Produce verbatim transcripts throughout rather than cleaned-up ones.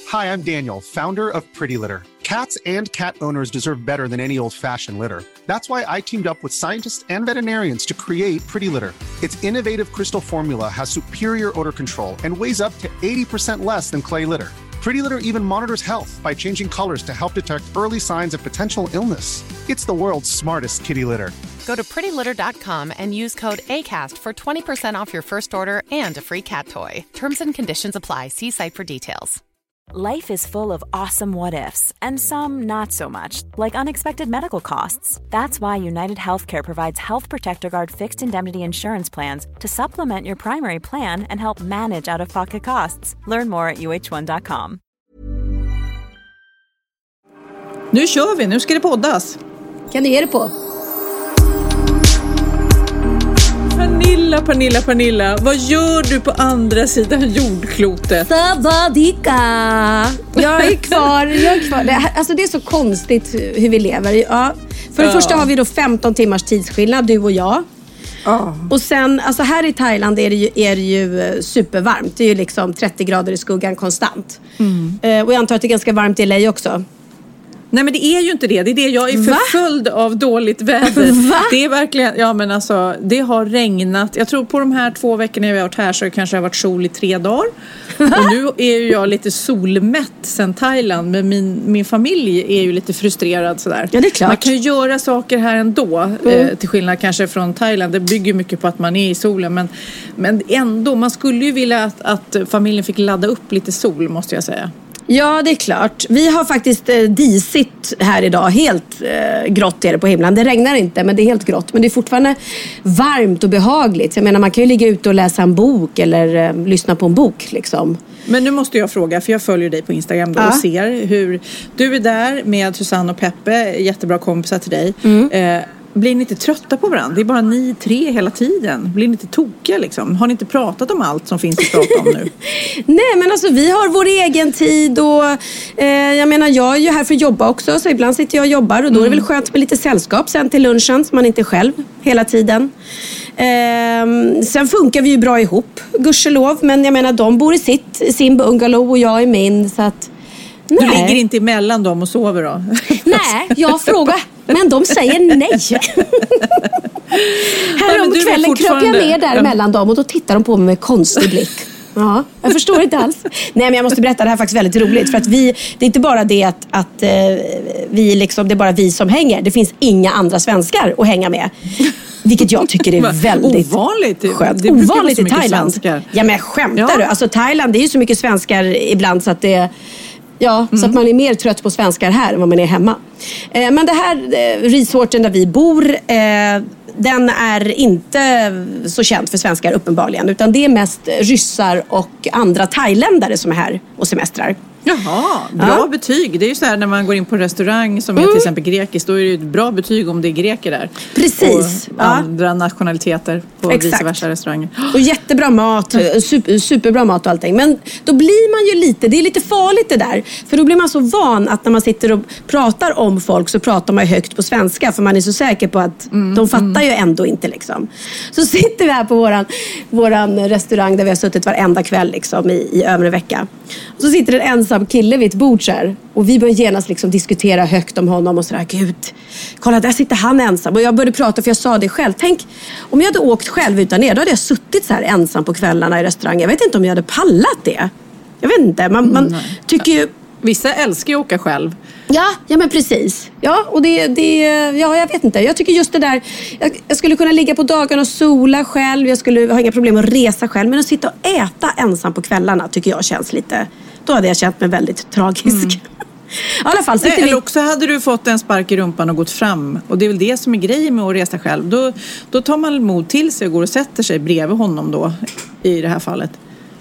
Hi, I'm Daniel, founder of Pretty Litter. Cats and cat owners deserve better than any old-fashioned litter. That's why I teamed up with scientists and veterinarians to create Pretty Litter. Its innovative crystal formula has superior odor control and weighs up to eighty percent less than clay litter. Pretty Litter even monitors health by changing colors to help detect early signs of potential illness. It's the world's smartest kitty litter. Go to pretty litter dot com and use code ACAST for twenty percent off your first order and a free cat toy. Terms and conditions apply. See site for details. Life is full of awesome what-ifs, and some not so much, like unexpected medical costs. That's why United Healthcare provides Health Protector Guard fixed indemnity insurance plans to supplement your primary plan and help manage out-of-pocket costs. Learn more at u h one dot com. Nu kör vi, nu ska det poddas. Kan du ge det på? Pernilla, Pernilla, Pernilla, vad gör du på andra sidan jordklotet? Savadika! Jag är kvar, jag är kvar. Det, alltså det är så konstigt hur vi lever. Ja. För det ja. första har vi då femton timmars tidsskillnad, du och jag. Oh. Och sen, alltså här i Thailand är det ju, är det ju supervarmt. Det är ju liksom trettio grader i skuggan konstant. Mm. Eh, och jag antar att det är ganska varmt i L A också. Nej, men det är ju inte det. Det är det jag är förföljd av dåligt väder. Va? Det är verkligen, ja men alltså, det har regnat. Jag tror på de här två veckorna jag har varit här så det kanske har varit sol i tre dagar. Och nu är ju jag lite solmätt sen Thailand. Men min, min familj är ju lite frustrerad sådär. Ja, det är klart. Man kan ju göra saker här ändå. Mm. Eh, till skillnad kanske från Thailand. Det bygger mycket på att man är i solen. Men, men ändå, man skulle ju vilja att, att familjen fick ladda upp lite sol, måste jag säga. Ja, det är klart. Vi har faktiskt eh, disigt här idag. Helt eh, grått är det på himlen. Det regnar inte, men det är helt grått. Men det är fortfarande varmt och behagligt. Jag menar, man kan ju ligga ute och läsa en bok eller eh, lyssna på en bok liksom. Men nu måste jag fråga, för jag följer dig på Instagram då, ja. och ser hur du är där med Susanne och Peppe, jättebra kompisar till dig. Mm. Eh, Blir ni inte trötta på varandra? Det är bara ni tre hela tiden. Blir ni inte tokiga liksom? Har ni inte pratat om allt som finns att prata om nu? Nej, men alltså vi har vår egen tid och eh, jag menar, jag är ju här för att jobba också, så ibland sitter jag och jobbar och då mm. är det väl skönt med lite sällskap sen till lunchen så man inte är själv hela tiden. Eh, sen funkar vi ju bra ihop, gudskelov, men jag menar, de bor i sitt, sin bungalow och jag i min, så att nej. Du ligger inte emellan dem och sover då? Nej, jag frågar. Men de säger nej. Här om kvällen fortfarande... kröp jag ner där mellan dem och då tittar de på mig med konstig blick. Ja, jag förstår inte alls. Nej, men jag måste berätta, det här är faktiskt väldigt roligt. För att vi, det är inte bara det att, att eh, vi liksom, det är bara vi som hänger. Det finns inga andra svenskar att hänga med. Vilket jag tycker är väldigt ovanligt. Skönt. Det ovanligt i Thailand. Svenskar. Ja, men skämtar ja. du? Alltså Thailand, det är ju så mycket svenskar ibland så att det... Ja, mm. så att man är mer trött på svenskar här än vad man är hemma. Eh, men det här eh, resorten där vi bor, eh, den är inte så känd för svenskar uppenbarligen. Utan det är mest ryssar och andra thailändare som är här och semestrar. Jaha, bra ja. betyg. Det är ju så här när man går in på en restaurang som är mm. till exempel grekisk, då är det ett bra betyg om det är greker där. Precis. Och andra ja. nationaliteter på Exakt. vice versa restauranger. Och jättebra mat, super, superbra mat och allting. Men då blir man ju lite, det är lite farligt det där. För då blir man så van att när man sitter och pratar om folk så pratar man högt på svenska. För man är så säker på att mm. de fattar mm. ju ändå inte liksom. Så sitter vi här på våran, våran restaurang där vi har suttit varenda kväll liksom i, i över en vecka. Och så sitter det en ensam kille vid ett bord så här. Och vi började genast liksom diskutera högt om honom och sådär. Gud, kolla där sitter han ensam. Och jag började prata, för jag sa det själv. Tänk, om jag hade åkt själv utan er, då hade jag suttit så här ensam på kvällarna i restaurangen. Jag vet inte om jag hade pallat det. Jag vet inte, man, man mm, tycker ju... Vissa älskar ju att åka själv. Ja, ja men precis. Ja, och det, det, ja, jag vet inte. Jag tycker just det där, jag, jag skulle kunna ligga på dagen och sola själv. Jag skulle ha inga problem att resa själv. Men att sitta och äta ensam på kvällarna tycker jag känns lite... Då hade jag känt mig väldigt tragisk. Mm. I alla fall sitter Nej, vi... Eller också hade du fått en spark i rumpan och gått fram. Och det är väl det som är grejen med att resa själv. Då, då tar man mod till sig och går och sätter sig bredvid honom då. I det här fallet.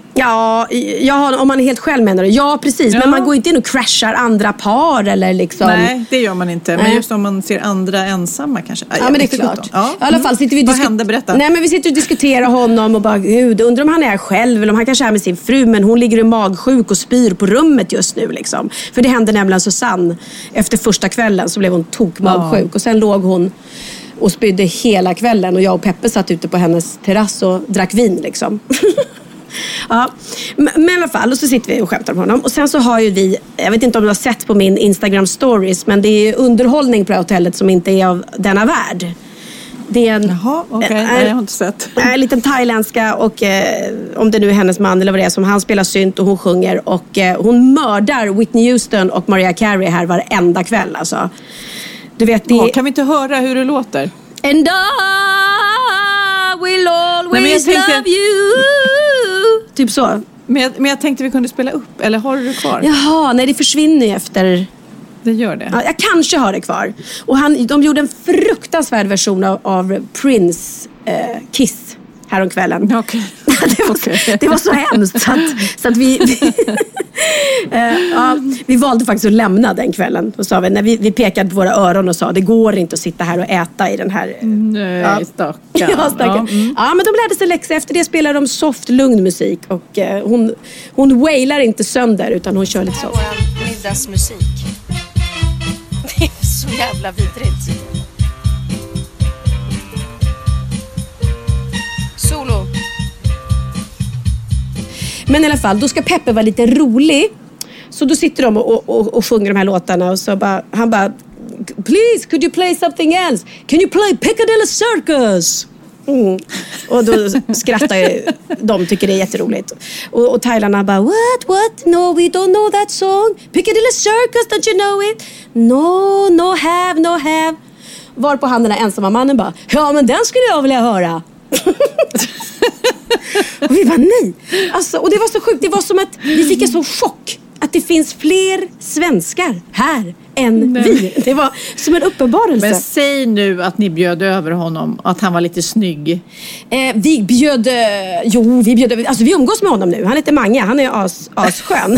Ja, ja, om man är helt själv menar du. Ja, precis. Ja. Men man går inte in och crashar andra par eller liksom... Nej, det gör man inte. Men just om man ser andra ensamma kanske. Ja, ja men det är klart. Ja. I alla fall sitter vi... Vad disk- hände? Berätta. Nej, men vi sitter och diskuterar honom och bara, gud, undrar om han är själv eller om han kanske är med sin fru, men hon ligger i magsjuk och spyr på rummet just nu liksom. För det hände nämligen Susanne. Efter första kvällen så blev hon tokmagsjuk. Ja. Och sen låg hon och spydde hela kvällen och jag och Peppe satt ute på hennes terrass och drack vin liksom. Ja, men i alla fall, och så sitter vi och skämtar om honom. Och sen så har ju vi, jag vet inte om du har sett på min Instagram stories, men det är underhållning på det här hotellet som inte är av denna värld. Det är en, Jaha, okej, okay. Nej, jag har inte sett. En liten thailändska och eh, om det nu är hennes man eller vad det är, som han spelar synt och hon sjunger och eh, hon mördar Whitney Houston och Mariah Carey här varenda kväll alltså. Du vet, det... ja, kan vi inte höra hur det låter? And I will always Nej, tänkte... love you. Typ så. Men jag, men jag tänkte vi kunde spela upp, eller har du det kvar? Jaha, nej det försvinner ju efter... Det gör det. Ja, jag kanske har det kvar. Och han, de gjorde en fruktansvärd version av, av Prince eh, Kiss häromkvällen. Okay. det, var, okay. det var så hemskt så att, så att vi vi, eh, ja, vi valde faktiskt att lämna den kvällen. Och sa vi, när vi, vi pekade på våra öron och sa det går inte att sitta här och äta i den här... Nej, ja. stackarn. Ja, stackarn. Ja, mm. Ja, men de lärde sig läxa. Efter det spelar de soft, lugn musik. Och eh, hon, hon wailar inte sönder utan hon kör lite soft. Det här är vår middagsmusik. Det är så jävla vidrigt. Solo. Men i alla fall, då ska Peppe vara lite rolig. Så då sitter de och, och, och sjunger de här låtarna. Och så bara, han bara, please, could you play something else? Can you play Piccadilly Circus? Mm. Och då skrattar ju de, tycker det är jätteroligt. Och, och thailarna bara, what, what? No, we don't know that song. Piccadilly Circus, don't you know it? No, no have, no have. Var på han den där ensamma mannen bara, ja men den skulle jag vilja höra. Och vi bara nej. Alltså, och det var så sjukt, det var som att vi fick en sån chock att det finns fler svenskar här än nej. vi. Det var som en uppenbarelse. Men säg nu att ni bjöd över honom, att han var lite snygg. Eh, vi bjöd, jo vi bjöd, alltså vi umgås med honom nu. Han heter Mange, han är as, asskön.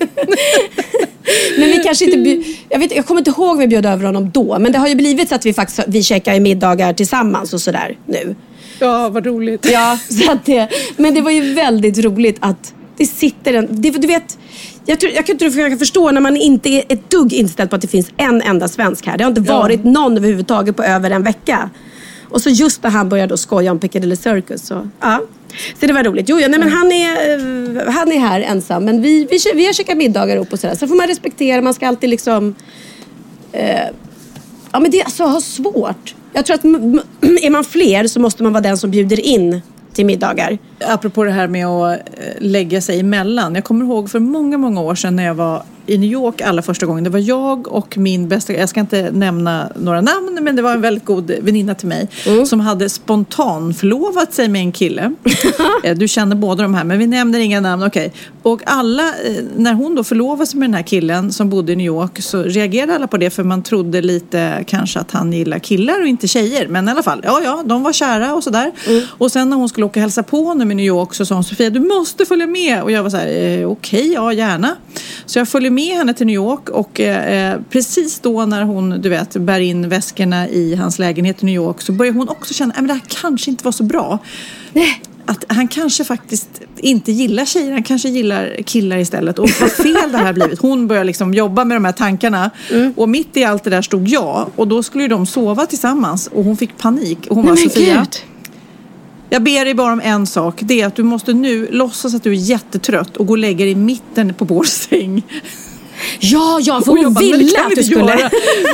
Men vi kanske inte bjud, jag, vet, jag kommer inte ihåg vi bjöd över honom då. Men det har ju blivit så att vi faktiskt vi käkar i middagar tillsammans och sådär nu. Ja, vad roligt. Ja, så att det, men det var ju väldigt roligt att det sitter en... Det, du vet, jag, tror, jag kan inte försöka förstå när man inte är ett dugg inställd på att det finns en enda svensk här. Det har inte varit ja. någon överhuvudtaget på över en vecka. Och så just när han började skoja om Piccadilly Circus. Så, ja. Så det var roligt. Jo, ja, nej, men han är, han är här ensam. Men vi, vi, vi har käkat middagar upp och sådär. Så får man respektera. Man ska alltid liksom... Eh, ja, men det är alltså har svårt. Jag tror att är man fler så måste man vara den som bjuder in till middagar. Apropå det här med att lägga sig emellan. Jag kommer ihåg för många, många år sedan när jag var i New York allra första gången. Det var jag och min bästa, jag ska inte nämna några namn, men det var en väldigt god väninna till mig mm. som hade spontan förlovat sig med en kille. Du känner båda de här, men vi nämner inga namn, okej. Okay. Och alla, när hon då förlovade sig med den här killen som bodde i New York, så reagerade alla på det, för man trodde lite kanske att han gillar killar och inte tjejer. Men i alla fall, ja ja, de var kära och sådär. Mm. Och sen när hon skulle åka och hälsa på honom i New York så sa hon, Sofia, du måste följa med. Och jag var så här, eh, okej, okay, ja gärna. Så jag följde med henne till New York och eh, precis då när hon, du vet, bär in väskorna i hans lägenhet i New York, så började hon också känna, men det här kanske inte var så bra. Nej. Att han kanske faktiskt inte gillar tjejer, han kanske gillar killar istället. Och vad fel det här blivit. Hon började liksom jobba med de här tankarna. Mm. Och mitt i allt det där stod jag. Och då skulle ju de sova tillsammans. Och hon fick panik. Och hon var Sofia. Gud. Jag ber dig bara om en sak. Det är att du måste nu låtsas att du är jättetrött och gå och lägga dig i mitten på vår säng. Ja, ja, för hon ville att du skulle.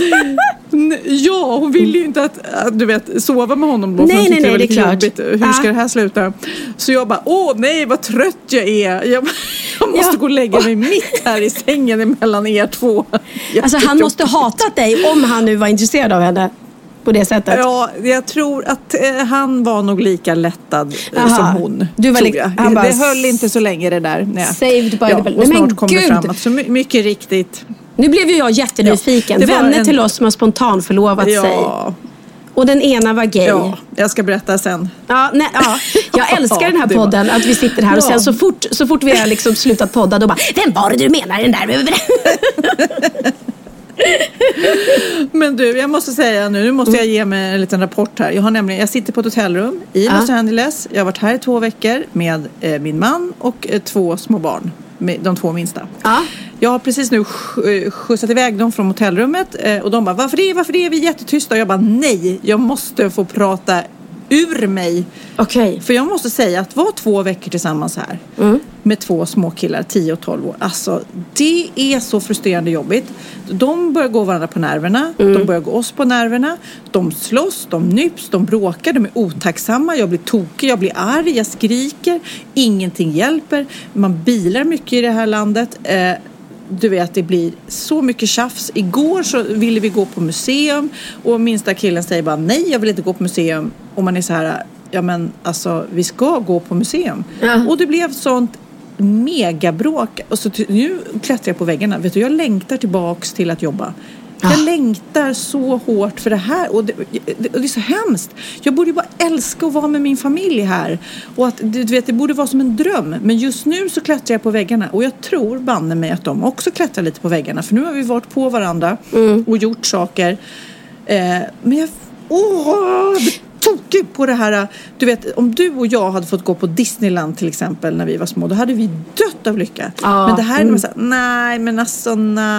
Ja, hon ville ju inte att, du vet, sova med honom då. Nej, nej, nej, det, var det är klart. Jobbigt. Hur ah. ska det här sluta? Så jag bara, åh nej, vad trött jag är. Jag, jag måste ja. gå och lägga mig mitt här i sängen emellan er två. Alltså han måste hatat dig om han nu var intresserad av henne. På det sättet. Ja, jag tror att eh, han var nog lika lättad eh, som hon. Du var li- han bara, det höll inte så länge det där. Nej. Saved by ja, the bell. Och snart kom det fram att så my- mycket riktigt. Nu blev ju jag jättenyfiken. Ja, vänner en... till oss som har spontan förlovat ja. sig. Och den ena var gay. Ja, jag ska berätta sen. Ja, nej, ja. Jag älskar den här podden, att vi sitter här och sen så fort, så fort vi har liksom slutat podda, då bara, vem var det du menar den där? Men du, jag måste säga nu, nu måste jag ge mig en liten rapport här. Jag har nämligen, jag sitter på ett hotellrum i Los Angeles. Jag har varit här i två veckor med eh, min man och eh, två små barn. Med de två minsta. Ja. Jag har precis nu skjutsat iväg dem från hotellrummet. Eh, och de bara, varför det? Varför det? Vi är jättetysta. Och jag bara, nej, jag måste få prata ur mig. Okej. Okay. För jag måste säga att vara två veckor tillsammans här mm. med två små killar, tio och tolv år. Alltså, det är så frustrerande jobbigt. De börjar gå varandra på nerverna. Mm. De börjar gå oss på nerverna. De slåss, de nyps, de bråkar. De är otacksamma. Jag blir tokig, jag blir arg, jag skriker. Ingenting hjälper. Man bilar mycket i det här landet. Eh, Du vet, det blir så mycket tjafs. Igår så ville vi gå på museum. Och minsta killen säger bara, nej, jag vill inte gå på museum. Och man är så här, ja men alltså, vi ska gå på museum. Ja. Och det blev sånt megabråk. Och så t- nu klättrar jag på väggarna. Vet du, jag längtar tillbaks till att jobba. Jag ah. längtar så hårt för det här. Och det, det, och det är så hemskt. Jag borde ju bara älska att vara med min familj här. Och att, du vet, det borde vara som en dröm. Men just nu så klättrar jag på väggarna. Och jag tror banne mig att de också klättrar lite på väggarna. För nu har vi varit på varandra mm. och gjort saker. Eh, men jag... Åh! Tokig på det här. Du vet, om du och jag hade fått gå på Disneyland till exempel när vi var små, då hade vi dött av lycka. Ah, men det här är mm. så här, nej men alltså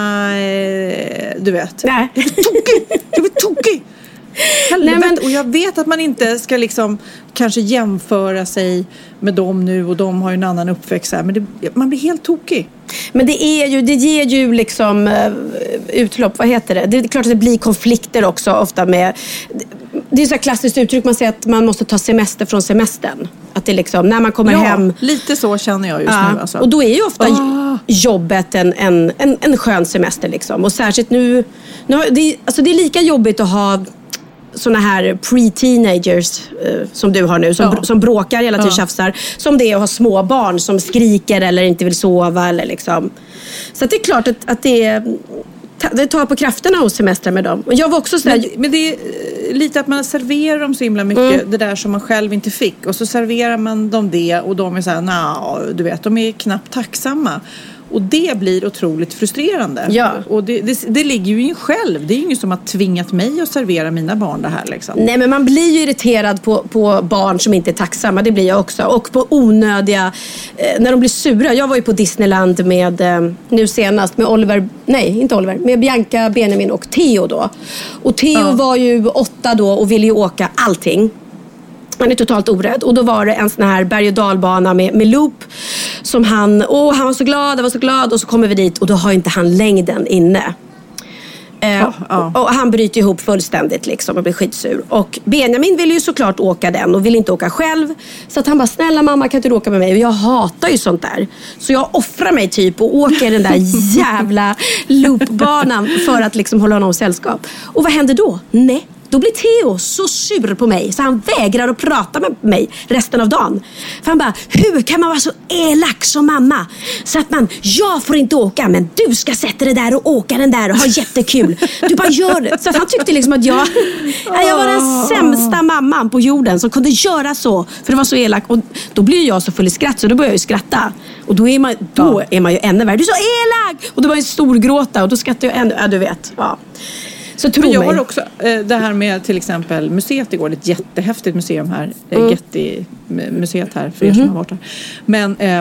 nej, du vet. Nej. Jag blir tokig. Jag blir tokig. Nej, men... Och jag vet att man inte ska liksom kanske jämföra sig med dem nu och de har ju en annan uppväxt här, men det, man blir helt tokig. Men det är ju, det ger ju liksom uh, utlopp, vad heter det? Det är klart att det blir konflikter också ofta med, det är så här klassiskt uttryck, man säger att man måste ta semester från semestern. Att det liksom, när man kommer ja, hem. Lite så känner jag just ja, nu alltså. Och då är ju ofta oh. jobbet en, en, en, en skön semester liksom. Och särskilt nu, nu har, det, alltså det är lika jobbigt att ha såna här pre-teenagers eh, som du har nu, som, ja. som bråkar hela tiden, ja. tjafsar, som det är att ha små barn som skriker eller inte vill sova eller liksom. Så att det är klart att, att det, det tar på krafterna hos semestrar med dem. Och jag var också så här, men, men det är lite att man serverar dem så himla mycket, mm. det där som man själv inte fick, och så serverar man dem det och de är så här, nah, du vet, de är knappt tacksamma. Och det blir otroligt frustrerande. Ja. Och det, det, det ligger ju i en själv. Det är ju ingen som har tvingat mig att servera mina barn det här liksom. Nej, men man blir ju irriterad på, på barn som inte är tacksamma. Det blir jag också. Och på onödiga, eh, när de blir sura. Jag var ju på Disneyland med, eh, nu senast med Oliver, nej inte Oliver, med Bianca, Benjamin och Theo då. Och Theo ja. var ju åtta då och ville ju åka allting. Han är totalt orädd. Och då var det en sån här berg- och dalbana med, med loop. Som han, åh han var så glad, han var så glad. Och så kommer vi dit och då har inte han längden inne. Eh, oh, oh. Och, och han bryter ihop fullständigt liksom och blir skitsur. Och Benjamin ville ju såklart åka den och ville inte åka själv. Så att han bara, snälla mamma, kan inte du åka med mig? Och jag hatar ju sånt där. Så jag offrar mig typ och åker den där jävla loopbanan för att liksom hålla honom sällskap. Och vad händer då? Nej. Då blir Theo så sur på mig så han vägrar att prata med mig resten av dagen. För han bara, hur kan man vara så elak som mamma? Så att man, jag får inte åka, men du ska sätta dig där och åka den där och ha jättekul. Du bara gör det. Så att han tyckte liksom att jag, jag var den sämsta mamman på jorden som kunde göra så. För det var så elak. Och då blir jag så full i skratt så då börjar jag ju skratta. Och då är man, då är man ju ännu värre. Du är så elak! Och då var jag stor gråta och då skrattar jag ännu, ja du vet, ja. Så men jag mig. har också eh, det här med till exempel museet igår, ett jättehäftigt museum här, mm. Getty-museet här för er mm. som har varit här. Men eh,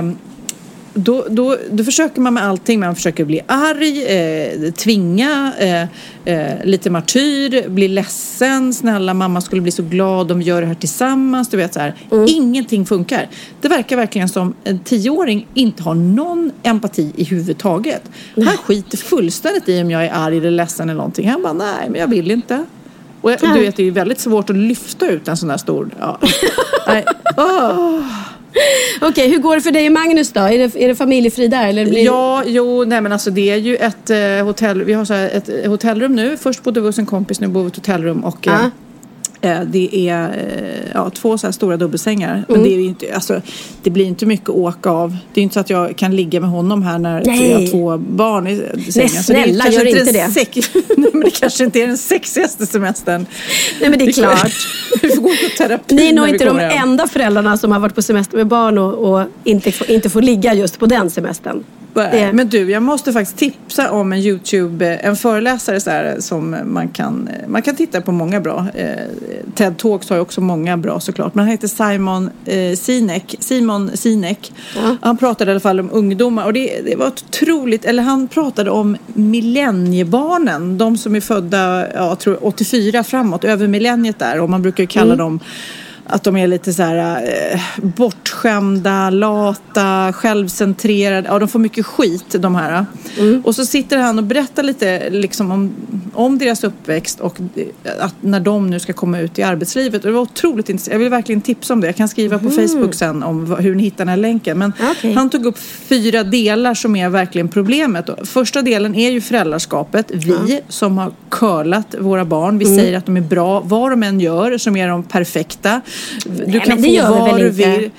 då, då, då försöker man med allting, man försöker bli arg, eh, tvinga, eh, eh, lite martyr, bli ledsen, snälla mamma skulle bli så glad, de gör det här tillsammans, du vet så här. Mm. Ingenting funkar. Det verkar verkligen som en tioåring inte har någon empati i huvudtaget. Mm. Han skiter fullständigt i om jag är arg eller ledsen eller någonting. Han bara, nej men jag vill inte. Och jag, du vet, det är ju väldigt svårt att lyfta ut en sån där stor, ja. Nej. Oh. Okej, okay, hur går det för dig och Magnus då? Är det, är det familjefri där? Eller blir... Ja, jo, nej men alltså det är ju ett eh, hotell, vi har så här ett hotellrum nu. Först bodde vi hos en kompis, nu bor vi i ett hotellrum och uh. eh, det är eh, ja, två så här stora dubbelsängar. Mm. Men det är ju inte, alltså det blir inte mycket att åka av. Det är inte så att jag kan ligga med honom här när vi har två barn i sängen. Nej, snälla, så det är gör inte det. Sex... nej, men det kanske inte är den sexigaste semestern. Nej, men det är klart. Vi får gå på terapi. Ni är nog inte de hem. enda föräldrarna som har varit på semester med barn och, och inte, får, inte får ligga just på den semestern. Det. Men du, jag måste faktiskt tipsa om en YouTube, en föreläsare så här, som man kan, man kan titta på många bra. Eh, TED Talks har ju också många bra såklart. Men han heter Simon eh, Sinek. Simon Sinek. Ja. Han pratade i alla fall om ungdomar och det, det var otroligt, eller han pratade om millenniebarnen. De som är födda, ja, jag tror åttiofyra framåt, över millenniet där. Och man brukar ju kalla mm. dem att de är lite så här eh, bortskämda, lata, självcentrerade. Ja, de får mycket skit, de här. Mm. Och så sitter han och berättar lite liksom om, om deras uppväxt och att när de nu ska komma ut i arbetslivet. Och det var otroligt intressant. Jag vill verkligen tipsa om det. Jag kan skriva mm. på Facebook sen om hur ni hittar den här länken. Men okay. han tog upp fyra delar som är verkligen problemet. Första delen är ju föräldraskapet. Vi ja. som har curlat våra barn. Vi mm. säger att de är bra. Vad de än gör som är de perfekta. Du nej, kan få vad du vill.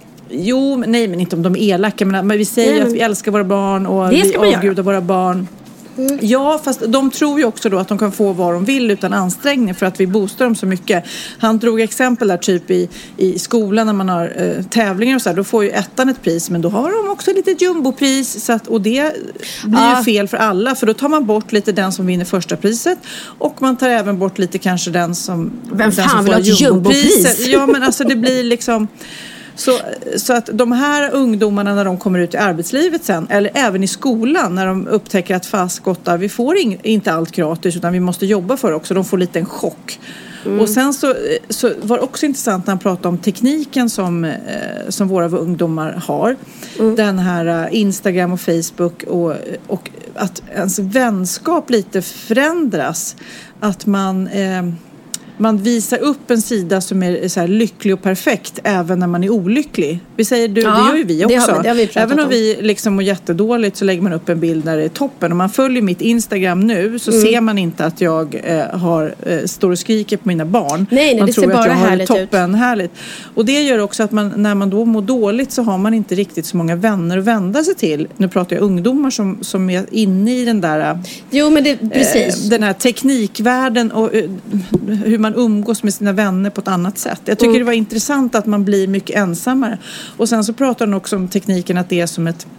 Jo, nej men inte om de är elaka. Men vi säger nej, men... att vi älskar våra barn och vi avgudar våra barn. Mm. Ja, fast de tror ju också då att de kan få vad de vill utan ansträngning för att vi boostar dem så mycket. Han drog exempel där typ i, i skolan när man har eh, tävlingar och så här, då får ju ettan ett pris men då har de också lite jumbopris så att, och det blir ah. ju fel för alla för då tar man bort lite den som vinner första priset och man tar även bort lite kanske den som Vem den fan som vill ha ett jumbopris? Ja, men alltså det blir liksom Så, så att de här ungdomarna när de kommer ut i arbetslivet sen eller även i skolan när de upptäcker att fast gotta, vi får in, inte allt gratis utan vi måste jobba för det också. De får lite en chock. Mm. Och sen så, så var det också intressant när han pratade om tekniken som, eh, som våra ungdomar har. Mm. Den här Instagram och Facebook och, och att ens vänskap lite förändras. Att man... Eh, Man visar upp en sida som är så här lycklig och perfekt även när man är olycklig. Vi säger du, ja, det gör ju vi också. Det har, det har vi även om, om vi liksom mår jättedåligt så lägger man upp en bild där det är toppen. Om man följer mitt Instagram nu så mm. ser man inte att jag eh, har eh, står och skriker på mina barn. Nej, nej man det tror ser bara att jag härligt har toppen ut. Härligt. Och det gör också att man, när man då mår dåligt så har man inte riktigt så många vänner att vända sig till. Nu pratar jag ungdomar som, som är inne i den där jo, men det, precis. Eh, den här teknikvärlden och eh, hur man umgås med sina vänner på ett annat sätt. Jag tycker mm. det var intressant att man blir mycket ensammare. Och sen så pratar han också om tekniken att det är som ett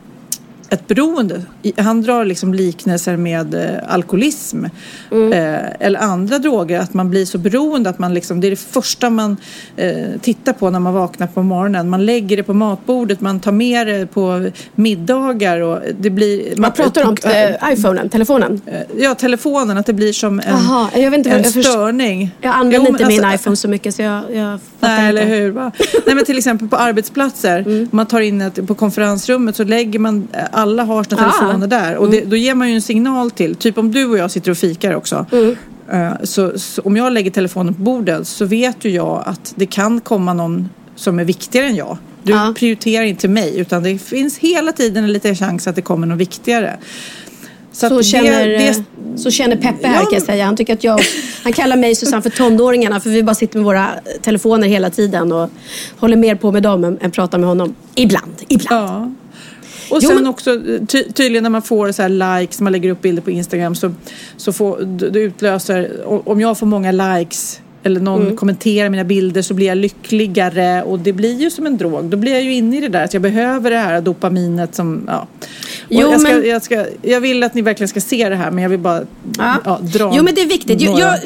ett beroende. Han drar liksom liknelser med eh, alkoholism mm. eh, eller andra droger. Att man blir så beroende att man liksom, det är det första man eh, tittar på när man vaknar på morgonen. Man lägger det på matbordet, man tar med det på middagar och det blir... Man, man pratar om äh, iPhonen, telefonen? Eh, ja, telefonen, att det blir som en, Aha, jag vet inte, en jag störning. Jag använder jo, inte min alltså, iPhone så mycket så jag, jag fattar nej, inte. Eller hur? Va? Nej, men till exempel på arbetsplatser, mm. man tar in ett, på konferensrummet så lägger man alla har sina ah. telefoner där. Och det, då ger man ju en signal till. Typ om du och jag sitter och fikar också. Mm. Uh, så, så om jag lägger telefonen på bordet så vet ju jag att det kan komma någon som är viktigare än jag. Du ah. prioriterar inte mig utan det finns hela tiden en liten chans att det kommer någon viktigare. Så, så, känner, det, det, så känner Peppe här ja. kan jag säga. Han tycker att jag, han kallar mig Susanne för tonåringarna för vi bara sitter med våra telefoner hela tiden och håller mer på med dem än, än pratar med honom. Ibland, ibland. Ja. Och jo, sen men... också ty- tydligen när man får så här likes, man lägger upp bilder på Instagram så, så får, det utlöser, om jag får många likes eller någon mm. kommenterar mina bilder så blir jag lyckligare och det blir ju som en drog. Då blir jag ju inne i det där att jag behöver det här dopaminet som, ja. Jo, jag, ska, men... jag, ska, jag vill att ni verkligen ska se det här men jag vill bara ja. Ja, dra. Jo men det är viktigt. Jag, jag,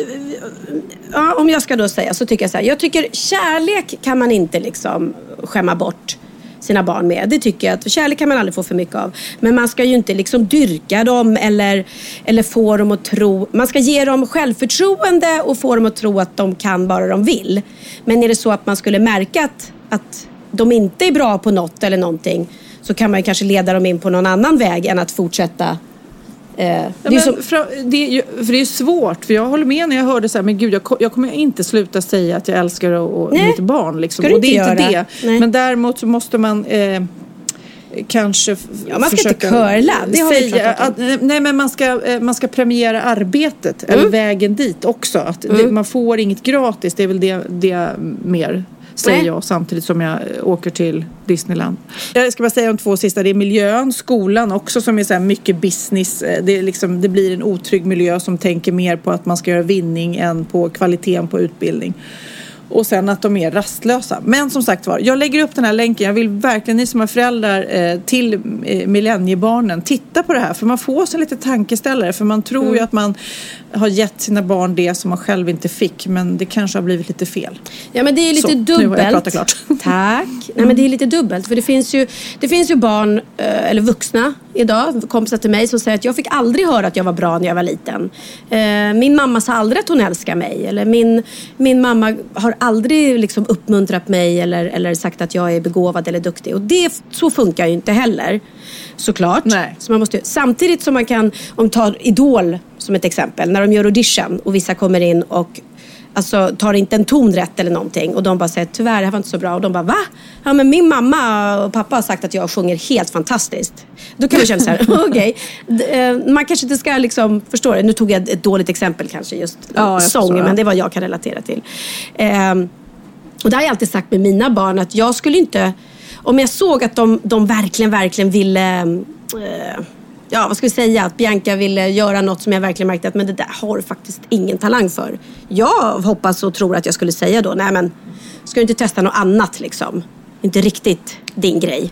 ja, om jag ska då säga så tycker jag så här, jag tycker kärlek kan man inte liksom skämma bort sina barn med. Det tycker jag att kärlek kan man aldrig få för mycket av. Men man ska ju inte liksom dyrka dem eller, eller få dem att tro. Man ska ge dem självförtroende och få dem att tro att de kan bara de vill. Men är det så att man skulle märka att, att de inte är bra på något eller någonting så kan man ju kanske leda dem in på någon annan väg än att fortsätta. Eh, ja, det, är men, så... för, det är ju, för det är svårt för jag håller med när jag hörde så här men gud jag, jag kommer inte sluta säga att jag älskar och, och mitt barn liksom. Och det är inte det. Nej. Men däremot så måste man eh, kanske ja, man ska försöka inte curla. Det har säga, vi pratat om. Att, nej men man ska, man ska premiera arbetet mm. eller vägen dit också att mm. det, man får inget gratis, det är väl det, det mer säger Nej. jag samtidigt som jag åker till Disneyland. Jag ska bara säga om två sista. Det är miljön, skolan också som är så här mycket business. Det, är liksom, det blir en otrygg miljö som tänker mer på att man ska göra vinning än på kvaliteten på utbildning. Och sen att de är rastlösa. Men som sagt var, jag lägger upp den här länken. Jag vill verkligen, ni som är föräldrar eh, till eh, millenniebarnen, titta på det här. För man får sig lite tankeställare. För man tror mm. ju att man har gett sina barn det som man själv inte fick. Men det kanske har blivit lite fel. Ja, men det är lite Så, dubbelt. Nu har jag pratat klart. Tack. Nej, men det är lite dubbelt. För det finns ju, det finns ju barn, eh, eller vuxna, idag, kompisar till mig som säger att jag fick aldrig höra att jag var bra när jag var liten. Eh, min mamma sa aldrig att hon älskar mig. Eller min, min mamma har aldrig liksom uppmuntrat mig eller, eller sagt att jag är begåvad eller duktig. Och det, så funkar ju inte heller, såklart. Nej. Så man måste, samtidigt som man kan, om tar Idol som ett exempel, när de gör audition och vissa kommer in och alltså tar inte en ton rätt eller någonting och de bara säger tyvärr det här var inte så bra och de bara va? Ja men min mamma och pappa har sagt att jag sjunger helt fantastiskt. Då kan man känna så här okej, okay. Man kanske inte ska liksom, förstår du, nu tog jag ett dåligt exempel kanske just ja, sång, men det är vad jag kan relatera till. Ehm, och det har jag alltid sagt med mina barn att jag skulle inte, om jag såg att de, de verkligen, verkligen ville eh, ja, vad ska vi säga, att Bianca ville göra något som jag verkligen märkte att men det där har faktiskt ingen talang för. Jag hoppas och tror att jag skulle säga då, nej men ska du inte testa något annat liksom? Inte riktigt din grej.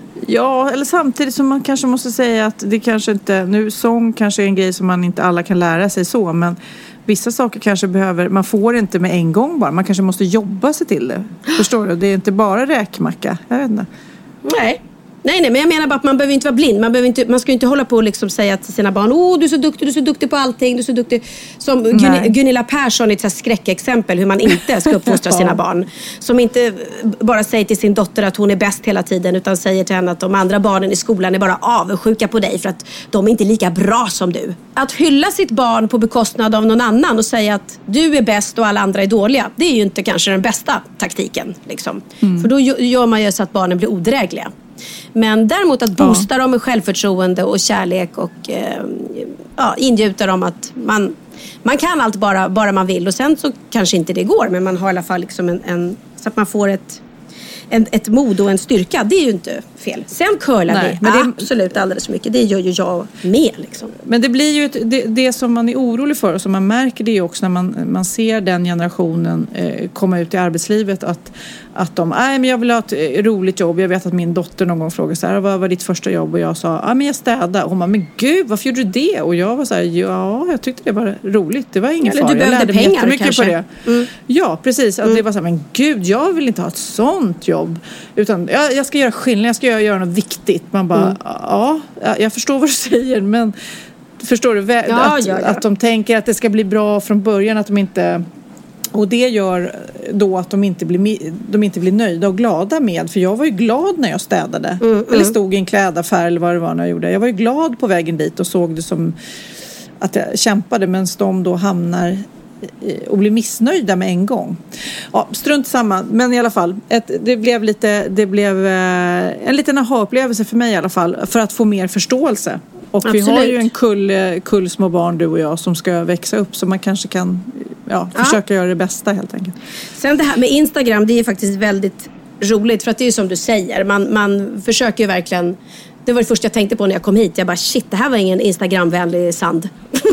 Ja, eller samtidigt som man kanske måste säga att det kanske inte, nu sång kanske är en grej som man inte alla kan lära sig så, men vissa saker kanske behöver, man får inte med en gång bara, man kanske måste jobba sig till det. Förstår du? Det är inte bara räkmacka, jag vet inte. Nej. Nej, nej, men jag menar bara att man behöver inte vara blind. Man, behöver inte, man ska ju inte hålla på och liksom säga till sina barn åh, du är så duktig, du är så duktig på allting, du är så duktig. Som Gun- Gunilla Persson är ett så här skräckexempel hur man inte ska uppfostra sina barn. Som inte bara säger till sin dotter att hon är bäst hela tiden, utan säger till henne att de andra barnen i skolan är bara avundsjuka på dig för att de är inte lika bra som du. Att hylla sitt barn på bekostnad av någon annan och säga att du är bäst och alla andra är dåliga, det är ju inte kanske den bästa taktiken. Liksom. Mm. För då gör man ju så att barnen blir odrägliga. Men däremot att boosta ja. dem med självförtroende och kärlek och eh, ja, ingjuta dem att man, man kan allt bara, bara man vill. Och sen så kanske inte det går, men man har i alla fall liksom en, en, så att man får ett, en, ett mod och en styrka. Det är ju inte fel. Sen curlar Nej, vi men det, absolut alldeles för mycket. Det gör ju jag med. Liksom. Men det blir ju ett, det, det som man är orolig för och som man märker det också när man, man ser den generationen eh, komma ut i arbetslivet att, att de, nej men jag vill ha ett roligt jobb. Jag vet att min dotter någon gång frågade så här, vad var ditt första jobb? Och jag sa, ja men jag städade. Och hon bara, men gud varför gjorde du det? Och jag var så här, ja jag tyckte det var roligt. Det var ingen fara. Jag lärde mig jättemycket kanske. På det. Mm. Ja precis, att mm. det var så här, men gud jag vill inte ha ett sånt jobb. Utan jag, jag ska göra skillnad, jag ska göra, göra något viktigt. Man bara, mm. ja jag förstår vad du säger men förstår du ja, att, ja, ja. att de tänker att det ska bli bra från början, att de inte. Och det gör då att de inte blir, de inte blir nöjda och glada med. För jag var ju glad när jag städade. Mm, mm. Eller stod i en klädaffär eller vad det var när jag gjorde. Jag var ju glad på vägen dit och såg det som att jag kämpade. Men de då hamnar och blir missnöjda med en gång. Ja, strunt samma. Men i alla fall, ett, det blev lite, det blev en liten aha-upplevelse för mig i alla fall. För att få mer förståelse. Och Absolut. Vi har ju en kull, kull små barn du och jag som ska växa upp. Så man kanske kan ja, försöka ja. göra det bästa helt enkelt. Sen det här med Instagram, det är faktiskt väldigt roligt. För att det är ju som du säger. Man, man försöker ju verkligen. Det var det första jag tänkte på när jag kom hit. Jag bara shit, det här var ingen Instagram-vänlig sand.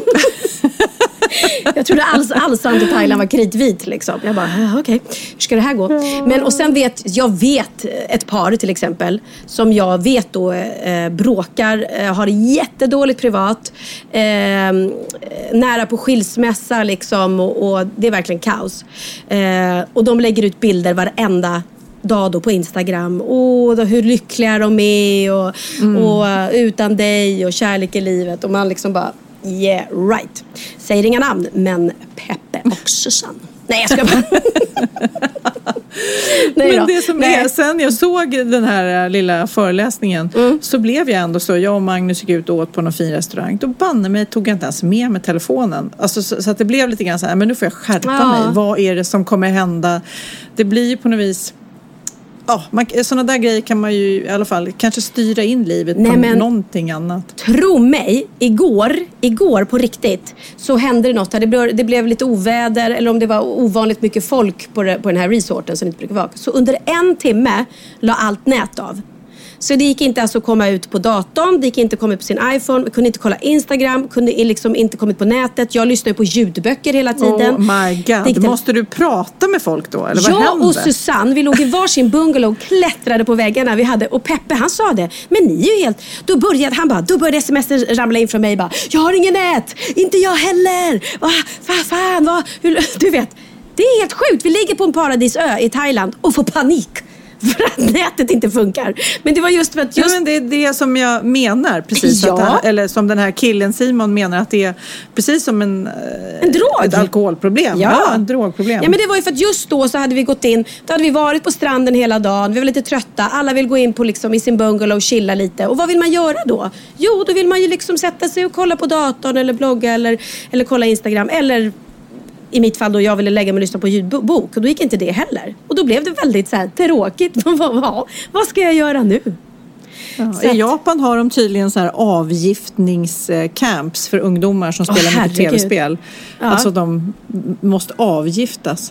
Jag trodde all, all sand i Thailand var kritvit liksom. Jag bara, okej, okay. Hur ska det här gå? Men och sen vet, jag vet ett par till exempel som jag vet då eh, bråkar, eh, har det jättedåligt privat, eh, nära på skilsmässa liksom och, och det är verkligen kaos. Eh, och de lägger ut bilder varenda dag då på Instagram. Åh, då, hur lyckliga de är och, mm. och uh, utan dig och kärlek i livet och man liksom bara yeah, right. Säger inga namn, men Peppe och Susanne. Nej, jag ska bara... Nej men då. det som Nej. är, sen jag såg den här lilla föreläsningen mm. så blev jag ändå så, jag och Magnus gick ut och åt på någon fin restaurang. Då banne mig tog jag inte ens med med telefonen. Alltså, så, så att det blev lite grann så här, men nu får jag skärpa ja. mig. Vad är det som kommer hända? Det blir ju på något vis... Ja, man, sådana där grejer kan man ju i alla fall kanske styra in livet Nej, på men, någonting annat. Tro mig, igår, igår på riktigt så hände det något här. Det blev, det blev lite oväder eller om det var ovanligt mycket folk på, det, på den här resorten som inte brukar vara. Så under en timme la allt nät av. Så det gick inte alltså att komma ut på datorn, det gick inte att komma ut på sin iPhone, kunde inte kolla Instagram, kunde liksom inte komma ut på nätet. Jag lyssnar på ljudböcker hela tiden. Oh my god, inte... måste du prata med folk då? Eller vad jag hände? Och Susanne, vi låg i varsin bungalow och klättrade på väggarna vi hade. Och Peppe, han sa det, men ni är ju helt... Då började han bara, då började sms ramla in från mig bara, jag har ingen nät, inte jag heller. Vad va, fan, vad, hur, du vet. Det är helt sjukt, vi ligger på en paradisö i Thailand och får panik. för att nätet inte funkar. Men det var just för att just... Ja, men det är det som jag menar precis. Ja. Att han, eller som den här killen Simon menar att det är precis som en, en drog. Ett alkoholproblem. Ja. ja, en drogproblem. Ja, men det var ju för att just då så hade vi gått in, då hade vi varit på stranden hela dagen, vi var lite trötta, alla vill gå in på liksom i sin bungalow och chilla lite. Och vad vill man göra då? Jo, då vill man ju liksom sätta sig och kolla på datorn eller blogga eller, eller kolla Instagram eller i mitt fall då jag ville lägga mig och lyssna på ljudbok och då gick inte det heller. Och då blev det väldigt så här tråkigt. Vad ska jag göra nu? Ja, I att, Japan har de tydligen så här avgiftningscamps för ungdomar som spelar oh, mycket tv-spel. Ja. Alltså de måste avgiftas.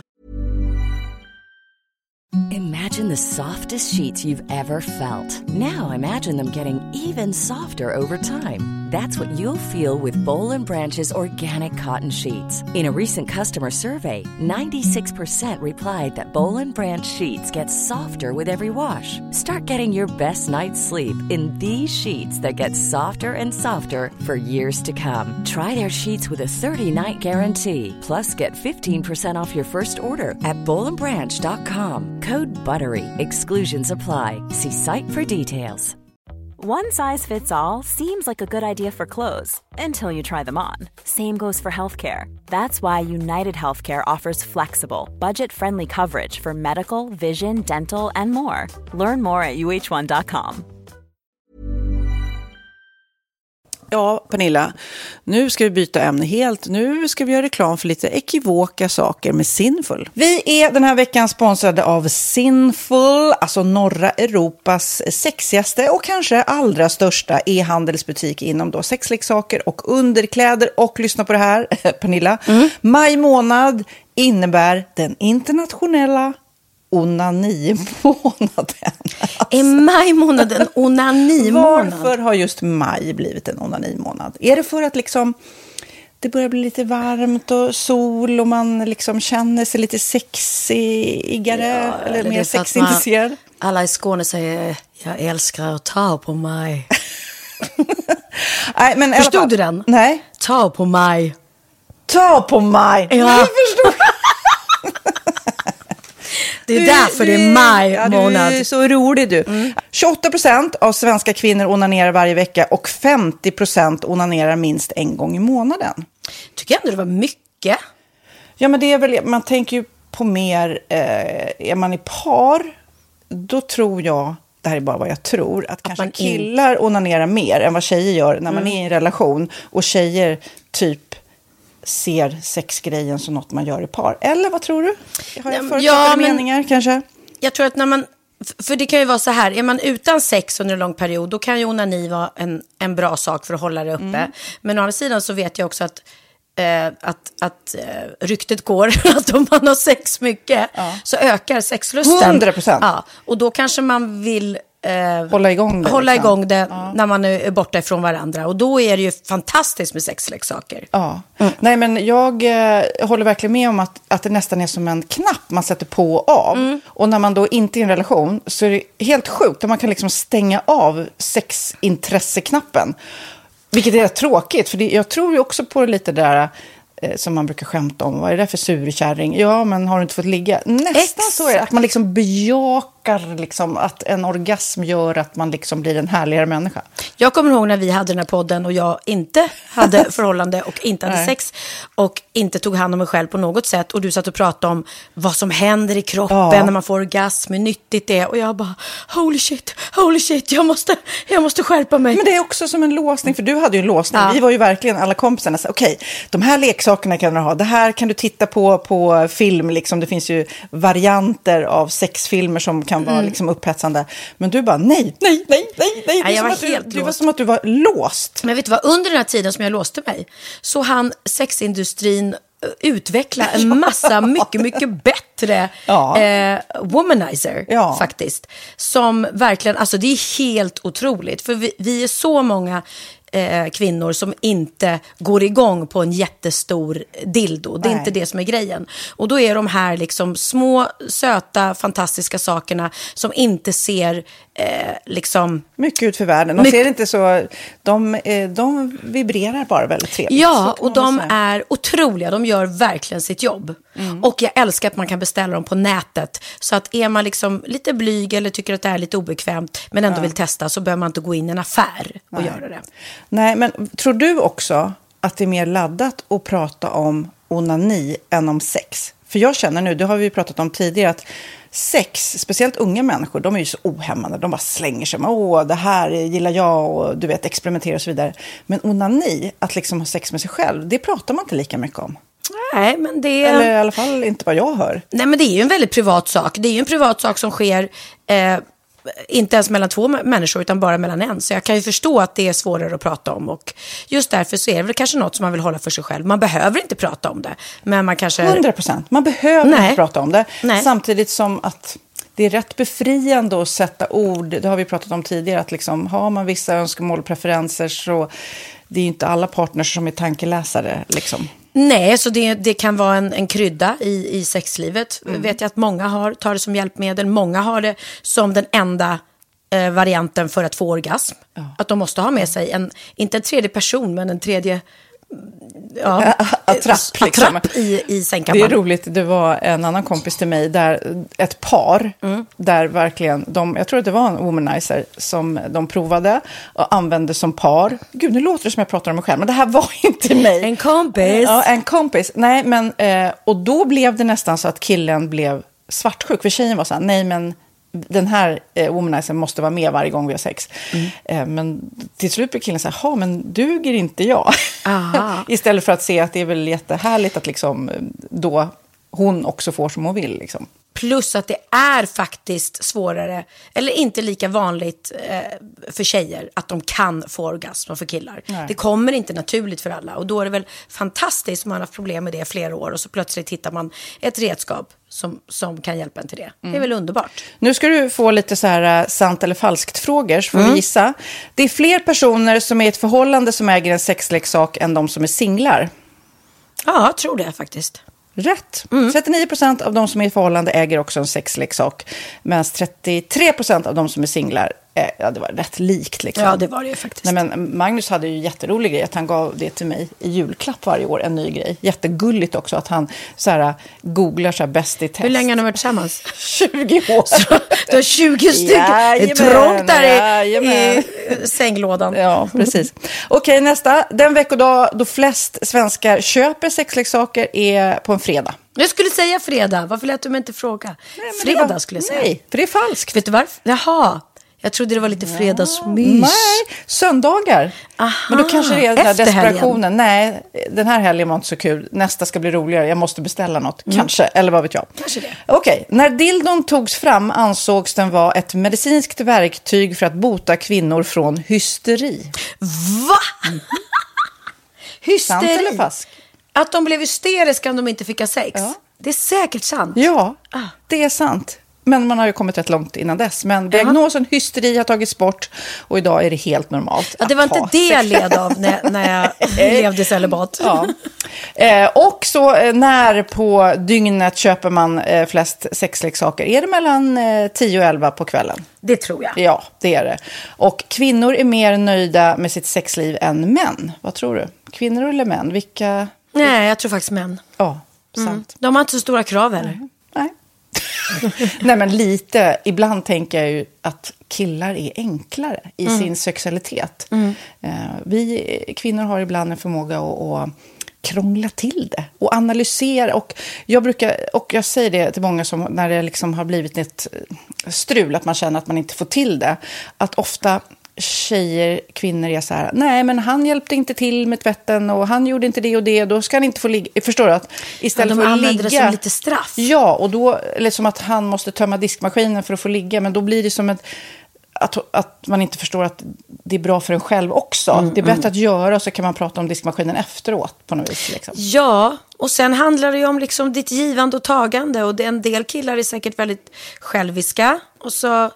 Imagine the softest sheets you've ever felt. Now imagine them getting even softer over time. That's what you'll feel with Boll and Branch's organic cotton sheets. In a recent customer survey, ninety-six percent replied that Boll and Branch sheets get softer with every wash. Start getting your best night's sleep in these sheets that get softer and softer for years to come. Try their sheets with a thirty-night guarantee. Plus, get fifteen percent off your first order at boll and branch dot com. Code BUTTERY. Exclusions apply. See site for details. One size fits all seems like a good idea for clothes until you try them on. Same goes for healthcare. That's why United Healthcare offers flexible, budget-friendly coverage for medical, vision, dental, and more. Learn more at u h one dot com. Ja, Pernilla, nu ska vi byta ämne helt. Nu ska vi göra reklam för lite ekivoka saker med Sinful. Vi är den här veckan sponsrade av Sinful, alltså norra Europas sexigaste och kanske allra största e-handelsbutik inom då sexleksaker och underkläder. Och lyssna på det här, Pernilla. Mm. Maj månad innebär den internationella onani-månaden. Alltså. Är maj månaden onani-månad? Varför har just maj blivit en onani-månad? Är det för att liksom det börjar bli lite varmt och sol och man liksom känner sig lite sexigare ja, eller, eller mer sexintresserad? Alla i Skåne säger jag älskar att ta på mig. Nej, men förstod du den? Nej. Ta på mig. Ta på mig. Ja. Jag förstod. Det är du, därför det är maj ja, månad. Du är så rolig du. Mm. tjugoåtta procent av svenska kvinnor onanerar varje vecka och femtio procent onanerar minst en gång i månaden. Tycker jag ändå det var mycket. Ja, men det är väl, man tänker ju på mer, eh, är man i par, då tror jag, det här är bara vad jag tror, att, att kanske killar in... onanerar mer än vad tjejer gör när mm. man är i en relation. Och tjejer typ ser sexgrejen som något man gör i par. Eller vad tror du? Har jag förutsatta ja, meningar kanske? Jag tror att när man, för det kan ju vara så här, är man utan sex under en lång period, då kan ju onani vara en, en bra sak för att hålla det uppe. Mm. Men å andra sidan så vet jag också att Eh, att, att eh, ryktet går att om man har sex mycket ja. så ökar sexlusten. hundra procent. Ja, och då kanske man vill eh, hålla igång det, hålla liksom. igång det ja. när man är borta ifrån varandra. Och då är det ju fantastiskt med sexleksaker. Ja. Mm. Nej, men jag eh, håller verkligen med om att, att det nästan är som en knapp man sätter på och av. Mm. Och när man då inte är i en relation så är det helt sjukt att man kan liksom stänga av sexintresseknappen. Vilket är tråkigt, för det, jag tror ju också på lite där eh, som man brukar skämta om. Vad är det för surkärring? Ja, men har du inte fått ligga? Nästan Exakt. Så är det. Att man liksom bejakar liksom, att en orgasm gör att man liksom blir en härligare människa. Jag kommer ihåg när vi hade den här podden och jag inte hade förhållande och inte hade sex och inte tog hand om mig själv på något sätt. Och du satt och pratade om vad som händer i kroppen ja. när man får orgasm, hur nyttigt det är. Och jag bara, holy shit, holy shit, jag måste, jag måste skärpa mig. Men det är också som en låsning, för du hade ju en låsning. Ja. Vi var ju verkligen alla kompisarna. Okej, okay, de här leksakerna kan du ha. Det här kan du titta på på film. Liksom. Det finns ju varianter av sexfilmer som kan vara mm. liksom upphetsande. Men du bara, nej, nej, nej, nej, nej. Ja, jag var du, helt det var som att du var låst. Men vet du vad, under den här tiden som jag låste mig så hann sexindustrin utveckla en massa mycket, mycket bättre ja. eh, womanizer ja. faktiskt. Som verkligen, alltså det är helt otroligt. För vi, vi är så många eh, kvinnor som inte går igång på en jättestor dildo. Det är Nej. inte det som är grejen. Och då är de här liksom små, söta, fantastiska sakerna som inte ser eh, liksom... mycket ut för världen. De mycket... ser inte så... De, eh, de vibrerar bara väldigt trevligt. Ja, och de är otroliga. De gör verkligen sitt jobb. Mm. Och jag älskar att man kan beställa dem på nätet. Så att är man liksom lite blyg eller tycker att det är lite obekvämt men ändå ja. vill testa, så behöver man inte gå in i en affär och Nej. göra det. Nej, men tror du också att det är mer laddat att prata om onani än om sex? För jag känner nu, det har vi ju pratat om tidigare, att sex, speciellt unga människor, de är ju så ohämmade. De bara slänger sig med, åh, det här gillar jag, och du vet, experimentera och så vidare. Men onani, att liksom ha sex med sig själv, det pratar man inte lika mycket om. Nej, men det... Eller i alla fall inte vad jag hör. Nej, men det är ju en väldigt privat sak. Det är ju en privat sak som sker... Eh, inte ens mellan två människor utan bara mellan en. Så jag kan ju förstå att det är svårare att prata om. Och just därför så är det väl kanske något som man vill hålla för sig själv. Man behöver inte prata om det. Men man kanske... hundra procent. Man behöver Nej. inte prata om det. Nej. Samtidigt som att det är rätt befriande att sätta ord. Det har vi pratat om tidigare. Att liksom, har man vissa önskemål och preferenser, så det är ju inte alla partners som är tankeläsare liksom. Nej, så det, det kan vara en, en krydda i, i sexlivet. Mm. Vet jag att många har, tar det som hjälpmedel. Många har det som den enda eh, varianten för att få orgasm. Ja. Att de måste ha med sig, en, inte en tredje person, men en tredje... Ja, attrapp, liksom. attrapp i, i sängkammaren. Det är roligt, det var en annan kompis till mig där ett par mm. där verkligen de, jag tror att det var en womanizer som de provade och använde som par. Gud, nu låter det som jag pratar om mig själv, men det här var inte mig. En kompis. Ja, en kompis. Nej, men eh, och då blev det nästan så att killen blev svartsjuk, för tjejen var så här, nej men den här eh, womanizern måste vara med varje gång vi har sex. Mm. Eh, men till slut blir killen så här, ja men duger inte jag? Istället för att se att det är väl jättehärligt att liksom då hon också får som hon vill liksom. Plus att det är faktiskt svårare, eller inte lika vanligt eh, för tjejer att de kan få orgasm för killar. Nej. Det kommer inte naturligt för alla. Och då är det väl fantastiskt om man har haft problem med det i flera år. Och så plötsligt hittar man ett redskap som, som kan hjälpa en till det. Mm. Det är väl underbart. Nu ska du få lite så här uh, sant eller falskt frågor, så får mm. vi gissa. Det är fler personer som är i ett förhållande som äger en sexleksak än de som är singlar. Ja, jag tror det faktiskt. Rätt. Mm. trettionio procent av de som är i förhållande äger också en sexleksak. Medan trettiotre procent av de som är singlar, eh, ja det var rätt likt liksom. Ja, det var det faktiskt. Nej, men Magnus hade ju jätterolig grej att han gav det till mig i julklapp varje år, en ny grej. Jättegulligt också att han så här, googlar så här bäst i test. Hur länge har ni varit tillsammans? tjugo år. Så, du har tjugo stycken. Det är trångt där i, i sänglådan. Ja, precis. Okej, nästa. Den veckodag då flest svenskar köper sexleksaker är på en fredag. Jag skulle säga fredag. Varför lät du mig inte fråga? Nej, fredag var, skulle jag säga. Nej, för det är falskt. Vet du varför? Jaha. Jag trodde det var lite fredagsmys. Nej, söndagar. Aha, men då kanske det är den här desperationen. Helgen. Nej, den här helgen var inte så kul. Nästa ska bli roligare. Jag måste beställa något. Mm. Kanske, eller vad vet jag. Kanske det. Okej, när dildon togs fram ansågs den vara ett medicinskt verktyg för att bota kvinnor från hysteri. Va? Mm. Hysteri? Sant eller falskt? Att de blev hysteriska om de inte fick ha sex. Ja. Det är säkert sant. Ja, ah. det är sant. Men man har ju kommit rätt långt innan dess. Men diagnosen hysteri har tagits bort. Och idag är det helt normalt. Ja, det var inte det jag led av när, när jag levde celibat. Ja. Eh, och så eh, när på dygnet köper man eh, flest sexleksaker? Är det mellan eh, tio och elva på kvällen? Det tror jag. Ja, det är det. Och kvinnor är mer nöjda med sitt sexliv än män. Vad tror du? Kvinnor eller män? Vilka... Nej, jag tror faktiskt män. Ja, sant. Mm. De har inte så stora krav heller. Nej. Nej. Nej, men lite. Ibland tänker jag ju att killar är enklare i mm. sin sexualitet. Mm. Uh, vi kvinnor har ibland en förmåga att, att krångla till det och analysera. Och jag brukar, och jag säger det till många som när det liksom har blivit ett strul, att man känner att man inte får till det. Att ofta tjejer, kvinnor är så här, nej men han hjälpte inte till med tvätten och han gjorde inte det och det, då ska han inte få ligga. Förstår du? Att istället ja, de för att ligga, använder det som lite straff. Ja, och då, eller som att han måste tömma diskmaskinen för att få ligga, men då blir det som ett, att, att man inte förstår att det är bra för en själv också. Mm, det är bättre mm. att göra, och så kan man prata om diskmaskinen efteråt på något vis. Liksom. Ja, och sen handlar det ju om liksom ditt givande och tagande, och en del killar är säkert väldigt själviska, och så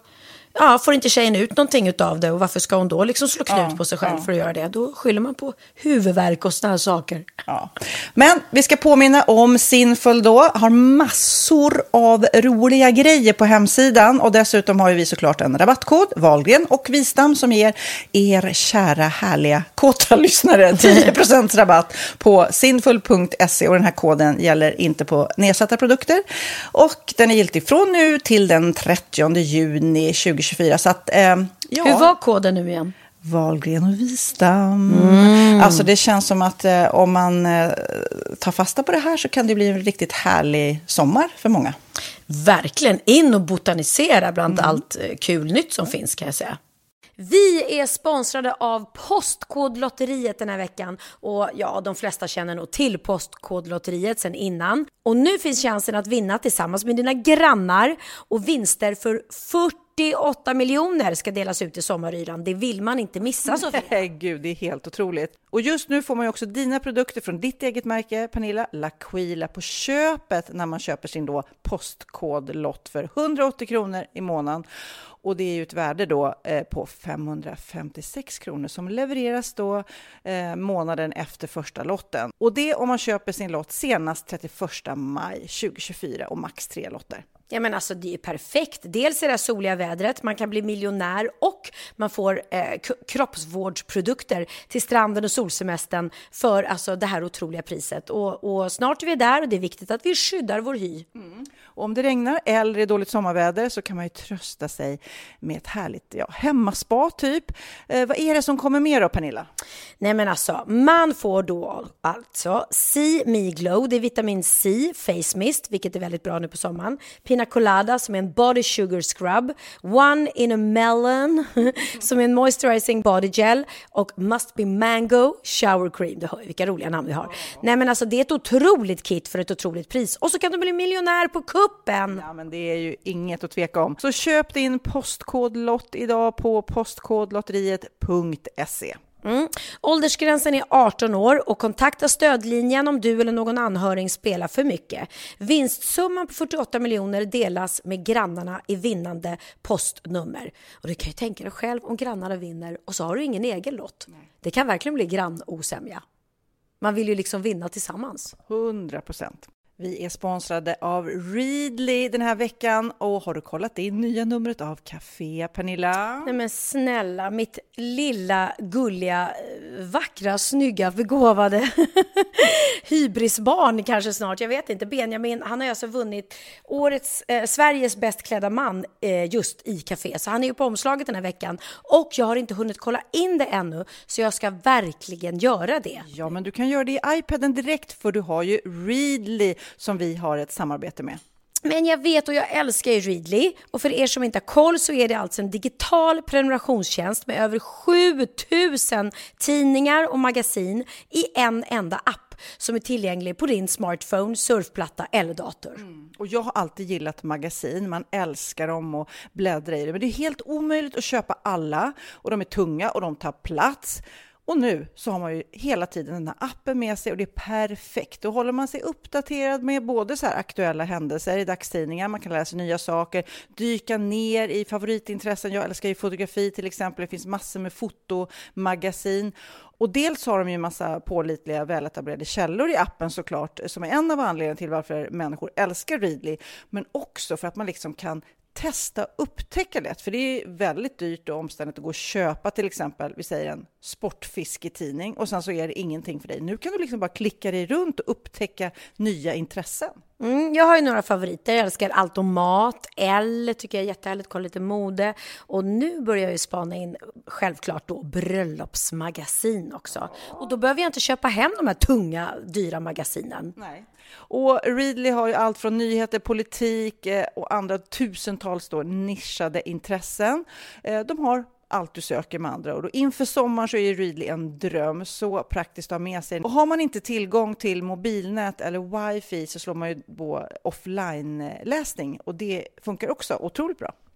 ja, får inte tjejen ut någonting utav det och varför ska hon då liksom slå knut ja, på sig själv ja. för att göra det? Då skyller man på huvudvärk och sådana här saker. Ja. Men vi ska påminna om Sinful då, har massor av roliga grejer på hemsidan och dessutom har vi såklart en rabattkod, Wahlgren och Wistam, som ger er kära härliga kåta lyssnare tio procent rabatt på sinful punkt se och den här koden gäller inte på nedsatta produkter och den är giltig från nu till den trettionde juni tjugohundratjugofyra. Så att, eh, ja. Hur var koden nu igen? Wahlgren och Wistam. Mm. Alltså det känns som att eh, om man eh, tar fasta på det här så kan det bli en riktigt härlig sommar för många. Verkligen in och botanisera bland mm. allt eh, kul nytt som finns, kan jag säga. Vi är sponsrade av Postkodlotteriet den här veckan och ja, de flesta känner nog till Postkodlotteriet sedan innan. Och nu finns chansen att vinna tillsammans med dina grannar och vinster för fyrtioåtta miljoner ska delas ut i sommaryran. Det vill man inte missa, Sofia. Nej, gud, det är helt otroligt. Och just nu får man ju också dina produkter från ditt eget märke, Pernilla, L'Aquila, på köpet när man köper sin då postkodlott för hundraåttio kronor i månaden. Och det är ju ett värde då eh, på femhundrafemtiosex kronor som levereras då eh, månaden efter första lotten. Och det om man köper sin lott senast trettioförsta maj tjugohundratjugofyra och max tre lotter. Ja, men alltså det är ju perfekt. Dels är det soliga vädret, man kan bli miljonär och man får eh, k- kroppsvårdsprodukter till stranden och solsemestern för alltså det här otroliga priset. Och, och snart är vi där och det är viktigt att vi skyddar vår hy. Mm. Och om det regnar eller är dåligt sommarväder så kan man ju trösta sig med ett härligt ja, hemmaspa typ. Eh, vad är det som kommer med då, Pernilla? Nej, men alltså, man får då alltså C Me Glow, det är vitamin C, face mist, vilket är väldigt bra nu på sommaren. Pina Colada som är en body sugar scrub, One in a Melon som är en moisturizing body gel och Must Be Mango shower cream. Du hör vilka roliga namn vi har. Nej, men alltså det är ett otroligt kit för ett otroligt pris. Och så kan du bli miljonär på kuppen. Ja, men det är ju inget att tveka om. Så köp din postkodlott idag på postkodlotteriet punkt se. Mm. Åldersgränsen är arton år och kontakta stödlinjen om du eller någon anhörig spelar för mycket. Vinstsumman på fyrtioåtta miljoner delas med grannarna i vinnande postnummer. Och du kan ju tänka dig själv om grannarna vinner och så har du ingen egen lott. Nej. Det kan verkligen bli grannosämja. Man vill ju liksom vinna tillsammans. hundra procent. Vi är sponsrade av Readly den här veckan och har du kollat in nya numret av Café, Pernilla? Nej men snälla, mitt lilla, gulliga, vackra, snygga, begåvade hybrisbarn kanske snart, jag vet inte. Benjamin, han har alltså vunnit årets, eh, Sveriges bäst klädda man eh, just i Café. Så han är ju på omslaget den här veckan och jag har inte hunnit kolla in det ännu så jag ska verkligen göra det. Ja, men du kan göra det i iPaden direkt för du har ju Readly som vi har ett samarbete med. Men jag vet och jag älskar ju Readly och för er som inte har koll så är det alltså en digital prenumerationstjänst med över sjutusen tidningar och magasin i en enda app som är tillgänglig på din smartphone, surfplatta eller dator. Mm. Och jag har alltid gillat magasin, man älskar dem och bläddra i det, men det är helt omöjligt att köpa alla och de är tunga och de tar plats. Och nu så har man ju hela tiden den här appen med sig och det är perfekt. Då håller man sig uppdaterad med både så här aktuella händelser i dagstidningar. Man kan läsa nya saker, dyka ner i favoritintressen. Jag älskar ju fotografi till exempel. Det finns massor med fotomagasin. Och dels har de ju en massa pålitliga, väletablerade källor i appen såklart. Som är en av anledningarna till varför människor älskar Readly. Men också för att man liksom kan testa upptäcka lätt, för det är väldigt dyrt och omständigt att gå och köpa till exempel, vi säger en sportfisketidning och sen så är det ingenting för dig. Nu kan du liksom bara klicka dig runt och upptäcka nya intressen. Mm, jag har ju några favoriter. Jag älskar allt om mat. L tycker jag är jättehärligt. Kolla lite mode. Och nu börjar jag ju spana in självklart då bröllopsmagasin också. Och då behöver jag inte köpa hem de här tunga, dyra magasinen. Nej. Och Readly har ju allt från nyheter, politik och andra tusentals då nischade intressen. De har allt du söker med andra. Och då inför sommaren så är Readly en dröm, så praktiskt att ha med sig. Och har man inte tillgång till mobilnät eller wifi så slår man ju på offline-läsning och det funkar också otroligt bra.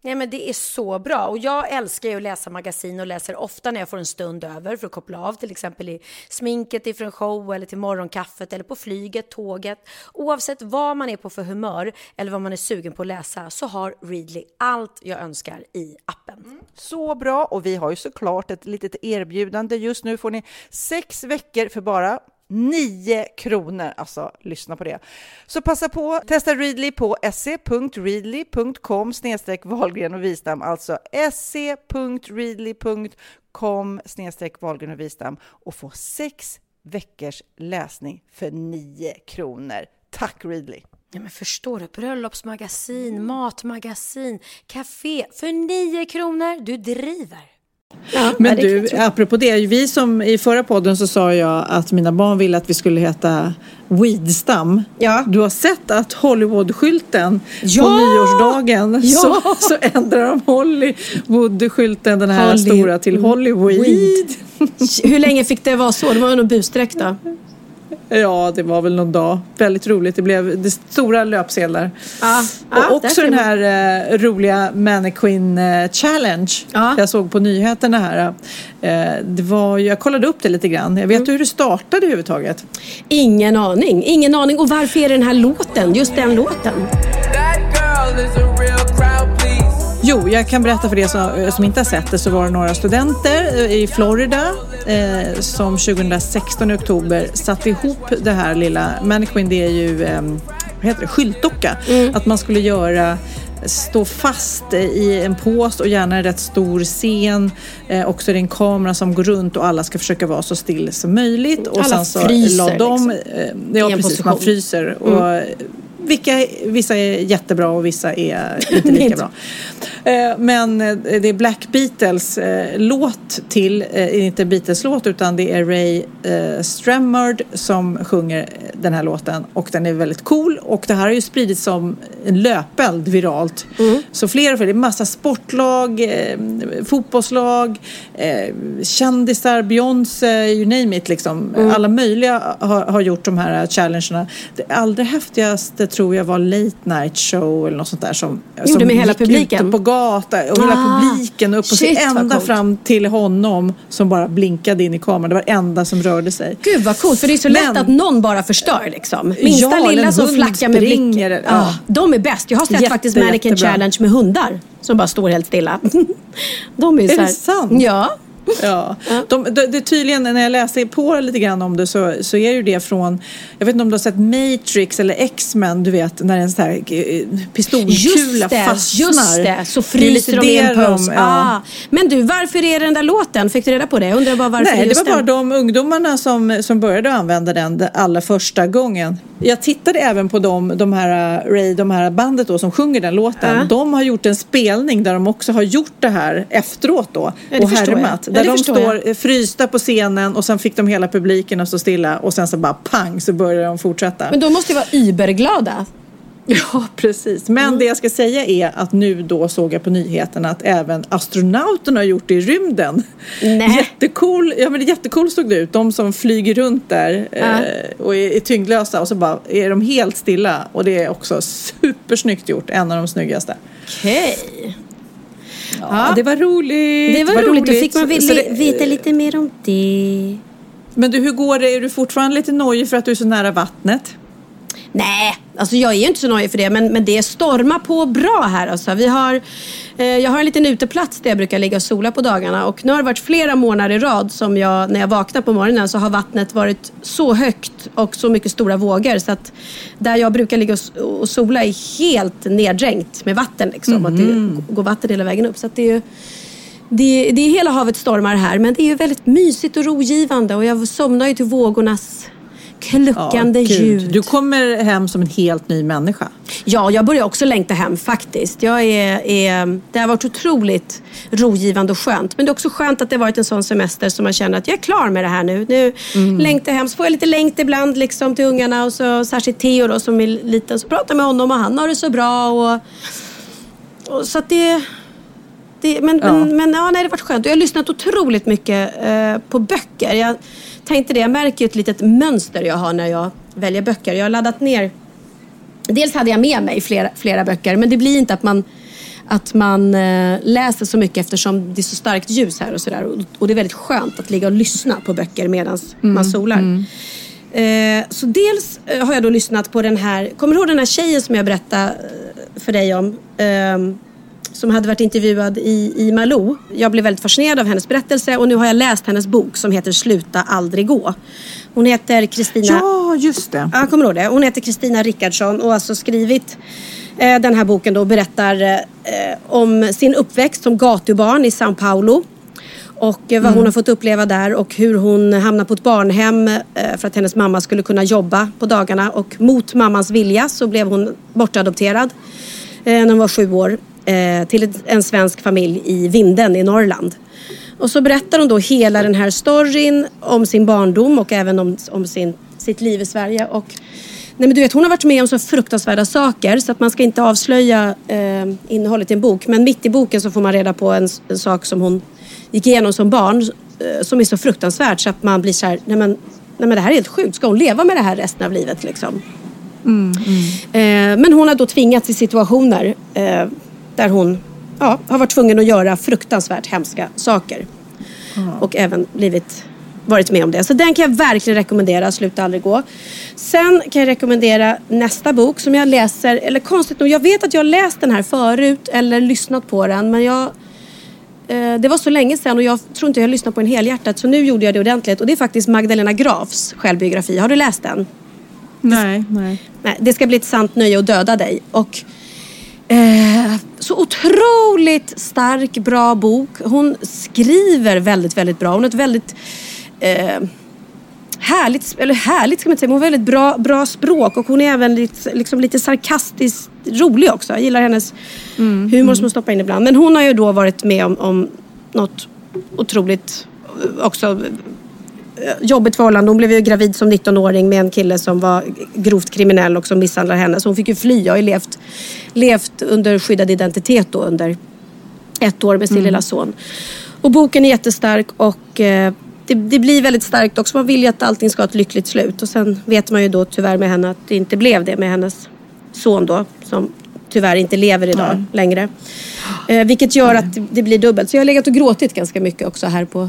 Nej, men det är så bra. Och jag älskar ju att läsa magasin och läser ofta när jag får en stund över för att koppla av. Till exempel i sminket ifrån show eller till morgonkaffet eller på flyget, tåget. Oavsett vad man är på för humör eller vad man är sugen på att läsa så har Readly allt jag önskar i appen. Mm. Så bra, och vi har ju såklart ett litet erbjudande. Just nu får ni sex veckor för bara nio kronor, alltså lyssna på det. Så passa på, testa Readly på se punkt readly punkt com snedstreck Wahlgren och Wistam, alltså se punkt readly punkt com snedstreck Wahlgren och Wistam och få sex veckors läsning för nio kronor. Tack Readly! Ja, men förstår du, bröllopsmagasin, matmagasin, café för nio kronor, du driver. Ja, men du, apropå det, vi som i förra podden så sa jag att mina barn ville att vi skulle heta Weedstam. Ja. Du har sett att Hollywood-skylten ja. på nyårsdagen ja. så, så ändrar de Hollywood-skylten, den här Holly- stora, till Hollywood. Weed. Hur länge fick det vara så? Det var ju någon bussträck då. Ja, det var väl någon dag. Väldigt roligt. Det blev det stora löpsedlar. Ah, och ah, också den här eh, roliga Mannequin eh, Challenge. Ah. Jag såg på nyheterna här. Eh, det var, jag kollade upp det lite grann. Jag vet mm. hur det startade överhuvudtaget. Ingen aning. Ingen aning. Och varför är den här låten? Just den låten. Jo, jag kan berätta för er som, som inte har sett det, så var det några studenter i Florida eh, som tjugohundrasexton i oktober satte ihop det här lilla Mannequin, det är ju eh, vad heter det, skyltdocka. Mm. Att man skulle göra stå fast i en pås och gärna en rätt stor scen. Eh, också är det en kamera som går runt och alla ska försöka vara så still som möjligt. Och alla sen fryser så la de, liksom. eh, ja, precis, position. Man fryser och mm. Vilka, vissa är jättebra och vissa är inte lika bra. Men det är Black Beatles låt till, inte Beatles låt utan det är Ray Stremmerd som sjunger den här låten och den är väldigt cool och det här har ju spridits som en löpeld viralt. Mm. Så flera, för det är massa sportlag, fotbollslag, kändisar, Beyoncé, you name it liksom. Mm. Alla möjliga har, har gjort de här challengerna. Det allra häftigaste tror jag var Late Night Show eller något sånt där som, som med hela publiken på gata och ah, hela publiken upp och shit, så ända fram till honom som bara blinkade in i kameran. Det var enda som rörde sig. Gud vad coolt, för det är så lätt Men, att någon bara förstör liksom. Minsta ja, lilla som flackar med blicken. Ja. Ah, de är bäst. Jag har sett Jätte, faktiskt Mannequin jättebra. Challenge med hundar som bara står helt stilla. De är, är så här, det sant? Ja. Ja, de, de, det tydligen när jag läser på lite grann om det så, så är ju det från, jag vet inte om du har sett Matrix eller X-Men, du vet när en sån här pistolkula det, fastnar. Just det, så fryser de i en paus. Ja. Ah. Men du, varför är den där låten? Fick du reda på det? Jag undrar bara varför. Nej, det var den? bara de ungdomarna som, som började använda den allra första gången. Jag tittade även på de, de här Ray, de här bandet då som sjunger den låten. Ja. De har gjort en spelning där de också har gjort det här efteråt då ja, och härmat. Där de står jag. frysta på scenen och sen fick de hela publiken att stå stilla och sen så bara pang så börjar de fortsätta. Men de måste ju vara überglada. Ja, precis. Men mm. det jag ska säga är att nu då såg jag på nyheterna att även astronauterna har gjort det i rymden. Nej. Jättecool, ja men det är jättecool såg det ut. De som flyger runt där äh. eh, och är, är tyngdlösa och så bara är de helt stilla och det är också supersnyggt gjort. En av de snyggaste. Okej. Okay. Ja, ja, det var roligt. Det var, var roligt. Då fick man veta det, lite mer om det. Men du, hur går det? Är du fortfarande lite nojig för att du är så nära vattnet? Nej, alltså jag är ju inte så nöjd för det. Men, men det stormar på bra här. Alltså. Vi har, eh, jag har en liten uteplats där jag brukar ligga och sola på dagarna. Och nu har det varit flera månader i rad som jag, när jag vaknar på morgonen så har vattnet varit så högt och så mycket stora vågor. Så att där jag brukar ligga och, och sola är helt neddränkt med vatten. Liksom, mm. Att det går vatten hela vägen upp. Så att det är ju... Det, det är hela havet stormar här. Men det är ju väldigt mysigt och rogivande. Och jag somnar ju till vågornas kluckande ja, ljud. Du kommer hem som en helt ny människa. Ja, jag börjar också längta hem faktiskt. Jag är, är, det har varit otroligt rogivande och skönt. Men det är också skönt att det har varit en sån semester som man känner att jag är klar med det här nu. Nu mm. längtar hem. Så får jag lite längt ibland liksom, till ungarna. Och så särskilt Theo då, som är liten. Så pratar med honom och han har det så bra. Och, och så att det... det men, ja. men, men ja, nej, det har varit skönt. Och jag har lyssnat otroligt mycket eh, på böcker. Jag tänkte det, jag märker ett litet mönster jag har när jag väljer böcker. Jag har laddat ner, dels hade jag med mig flera, flera böcker, men det blir inte att man, att man eh, läser så mycket eftersom det är så starkt ljus här och sådär. Och, och det är väldigt skönt att ligga och lyssna på böcker medan mm, man solar. Mm. Eh, så dels eh, har jag då lyssnat på den här, kommer du ihåg den här tjejen som jag berättade för dig om? Eh, som hade varit intervjuad i, i Malou. Jag blev väldigt fascinerad av hennes berättelse och nu har jag läst hennes bok som heter Sluta aldrig gå. Hon heter Kristina... Ja, just det. Ja, kommer du ihåg det? Hon heter Kristina Rickardsson och har alltså skrivit eh, den här boken då och berättar eh, om sin uppväxt som gatubarn i São Paulo. Och vad mm. hon har fått uppleva där och hur hon hamnar på ett barnhem eh, för att hennes mamma skulle kunna jobba på dagarna. Och mot mammans vilja så blev hon bortadopterad eh, när hon var sju år. Eh, till ett, en svensk familj i Vinden i Norrland. Och så berättar hon då hela den här storyn om sin barndom och även om, om sin, sitt liv i Sverige. Och, nej men du vet, hon har varit med om så fruktansvärda saker så att man ska inte avslöja eh, innehållet i en bok. Men mitt i boken så får man reda på en, en sak som hon gick igenom som barn eh, som är så fruktansvärt så att man blir så här, nej men, nej men det här är helt sjukt. Ska hon leva med det här resten av livet liksom? Mm, mm. Eh, men hon har då tvingats i situationer eh, där hon ja, har varit tvungen att göra fruktansvärt hemska saker. Mm. Och även blivit, varit med om det. Så den kan jag verkligen rekommendera, Sluta aldrig gå. Sen kan jag rekommendera nästa bok som jag läser, eller konstigt nog, jag vet att jag har läst den här förut eller lyssnat på den. Men jag, eh, det var så länge sedan och jag tror inte jag har lyssnat på en helhjärtat. Så nu gjorde jag det ordentligt. Och det är faktiskt Magdalena Grafs självbiografi. Har du läst den? Nej, nej. nej det ska bli ett sant nöje att döda dig. Och Eh, så otroligt stark, bra bok. Hon skriver väldigt, väldigt bra. Hon har ett väldigt eh, härligt, eller härligt ska man inte säga, men hon har väldigt bra, bra språk. Och hon är även lite, liksom lite sarkastiskt rolig också. Jag gillar hennes mm, humor mm. som hon stoppar in ibland. Men hon har ju då varit med om, om något otroligt också jobbigt förhållande. Hon blev ju gravid som nittonåring med en kille som var grovt kriminell och som misshandlade henne. Så hon fick ju fly. Jag har ju levt, levt under skyddad identitet då under ett år med sin mm. lilla son. Och boken är jättestark och eh, det, det blir väldigt starkt också. Man vill ju att allting ska ha ett lyckligt slut. Och sen vet man ju då tyvärr med henne att det inte blev det med hennes son då. Som tyvärr inte lever idag mm. längre. Eh, vilket gör mm. att det blir dubbelt. Så jag har legat och gråtit ganska mycket också här på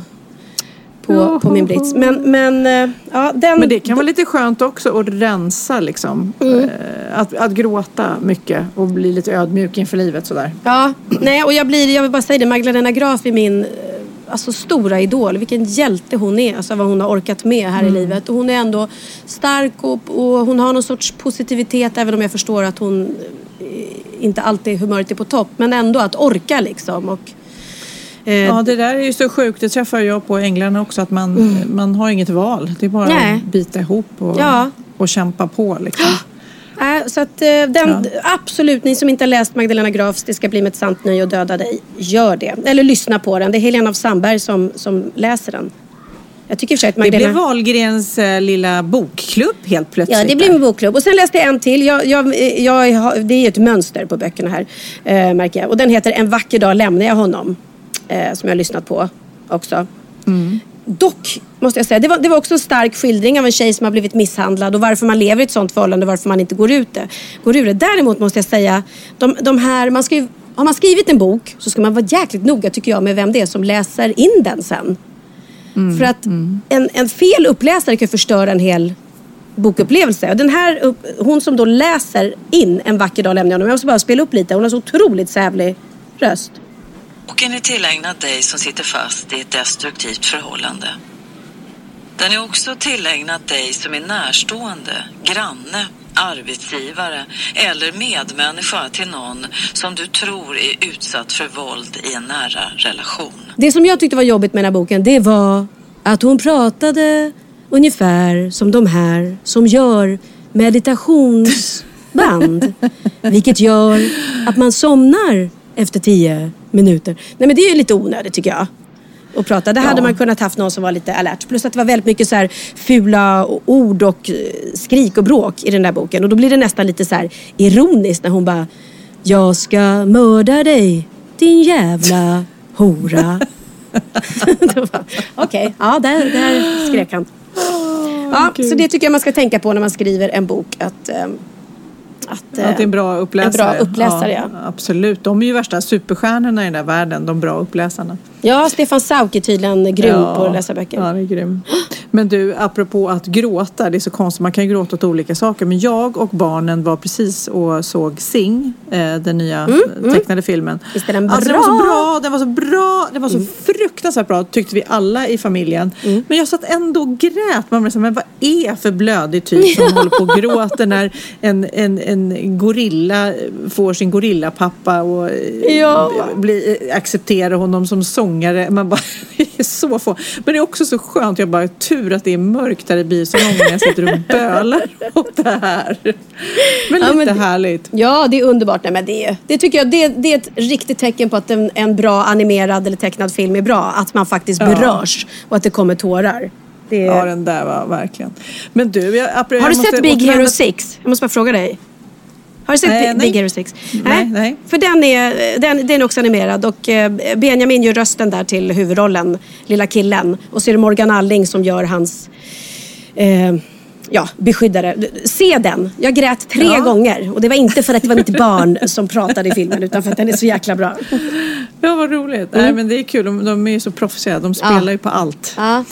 På, på min Brits. Men, men, ja, den... men det kan vara lite skönt också att rensa liksom. Mm. Att, att gråta mycket och bli lite ödmjuk inför livet sådär. Ja, nej och jag blir, jag vill bara säga det, Magdalena Graf är min alltså, stora idol. Vilken hjälte hon är, alltså vad hon har orkat med här mm. i livet. Och hon är ändå stark och, och hon har någon sorts positivitet, även om jag förstår att hon inte alltid humöret är på topp. Men ändå att orka liksom och ja, det där är ju så sjukt. Det träffar jag på England också. Att man, mm. man har inget val. Det är bara Nej. att bita ihop och, ja. och kämpa på. Liksom. Äh, så att den, ja. absolut, ni som inte har läst Magdalena Grafs Det ska bli med ett sant nöje att döda dig, gör det. Eller lyssna på den. Det är Helena af Sandberg som, som läser den. Jag tycker för att Magdalena... Det blev Wahlgrens äh, lilla bokklubb helt plötsligt. Ja, det blev en bokklubb. Och sen läste jag en till. Jag, jag, jag, det är ett mönster på böckerna här, äh, märker jag. Och den heter En vacker dag lämnar jag honom. Eh, som jag har lyssnat på också. Mm. Dock måste jag säga, det var, det var också en stark skildring av en tjej som har blivit misshandlad och varför man lever i ett sånt förhållande och varför man inte går ut det. Går ur det. Däremot måste jag säga, de, de här, man ska ju, har man skrivit en bok så ska man vara jäkligt noga tycker jag med vem det är som läser in den sen. Mm. För att mm. en, en fel uppläsare kan förstöra en hel bokupplevelse. Och den här, hon som då läser in En vacker dag lämnar jag honom. Jag måste bara spela upp lite. Hon har så otroligt sävlig röst. Boken är tillägnad dig som sitter fast i ett destruktivt förhållande. Den är också tillägnad dig som är närstående, granne, arbetsgivare eller medmänniska till någon som du tror är utsatt för våld i en nära relation. Det som jag tyckte var jobbigt med den här boken, det var att hon pratade ungefär som de här som gör meditationsband. Vilket gör att man somnar efter tio minuter. Nej, men det är ju lite onödigt tycker jag. Att prata. Det ja. hade man kunnat haft någon som var lite alert. Plus att det var väldigt mycket så här fula ord och skrik och bråk i den där boken. Och då blir det nästan lite så här ironiskt när hon bara: jag ska mörda dig, din jävla hora. Okej, okay. ja, där, där skrek han. Ja, så det tycker jag man ska tänka på när man skriver en bok. Att, um, Att, att det är en bra uppläsare. En bra uppläsare, ja. ja. Absolut. De är ju värsta superstjärnorna i den där världen, de bra uppläsarna. Ja, Stefan Sauk är tydligen grym ja. på att läsa böcker. Ja, det är grym. Men du, apropå att gråta, det är så konstigt, man kan ju gråta åt olika saker. Men jag och barnen var precis och såg Sing, eh, den nya mm, tecknade mm. filmen. Visst är den bra? Alltså, den var så bra, den var så bra, den var så mm. fruktansvärt bra, tyckte vi alla i familjen. Mm. Men jag satt ändå och grät. Man blev så, men vad är för blödig typ som håller på och gråter när en, en, en gorilla får sin gorillapappa och ja. blir, accepterar honom som sångare. Man bara, det är så få. Men det är också så skönt, jag bara tur att det är mörkt där i biosalongen när jag sitter och bölar åt det här. Men ja, lite men, härligt. Ja, det är underbart. Nej, men det, det tycker jag, det, det är ett riktigt tecken på att en, en bra animerad eller tecknad film är bra. Att man faktiskt ja. berörs och att det kommer tårar. Det... Ja, den där var verkligen. Men du, jag, jag har du sett Big Hero sex? Jag måste bara fråga dig. Har du sett nej, Big nej. Hero sex? Nej, nej, nej. För den är, den, den är också animerad. Och Benjamin gör rösten där till huvudrollen, lilla killen. Och så är det Morgan Alling som gör hans eh, ja, beskyddare. Se den. Jag grät tre ja. gånger. Och det var inte för att det var mitt barn som pratade i filmen, utan för att den är så jäkla bra. Ja, vad roligt. Mm. Nej, men det är kul. De, de är ju så professionella. De spelar ja. ju på allt. Ja.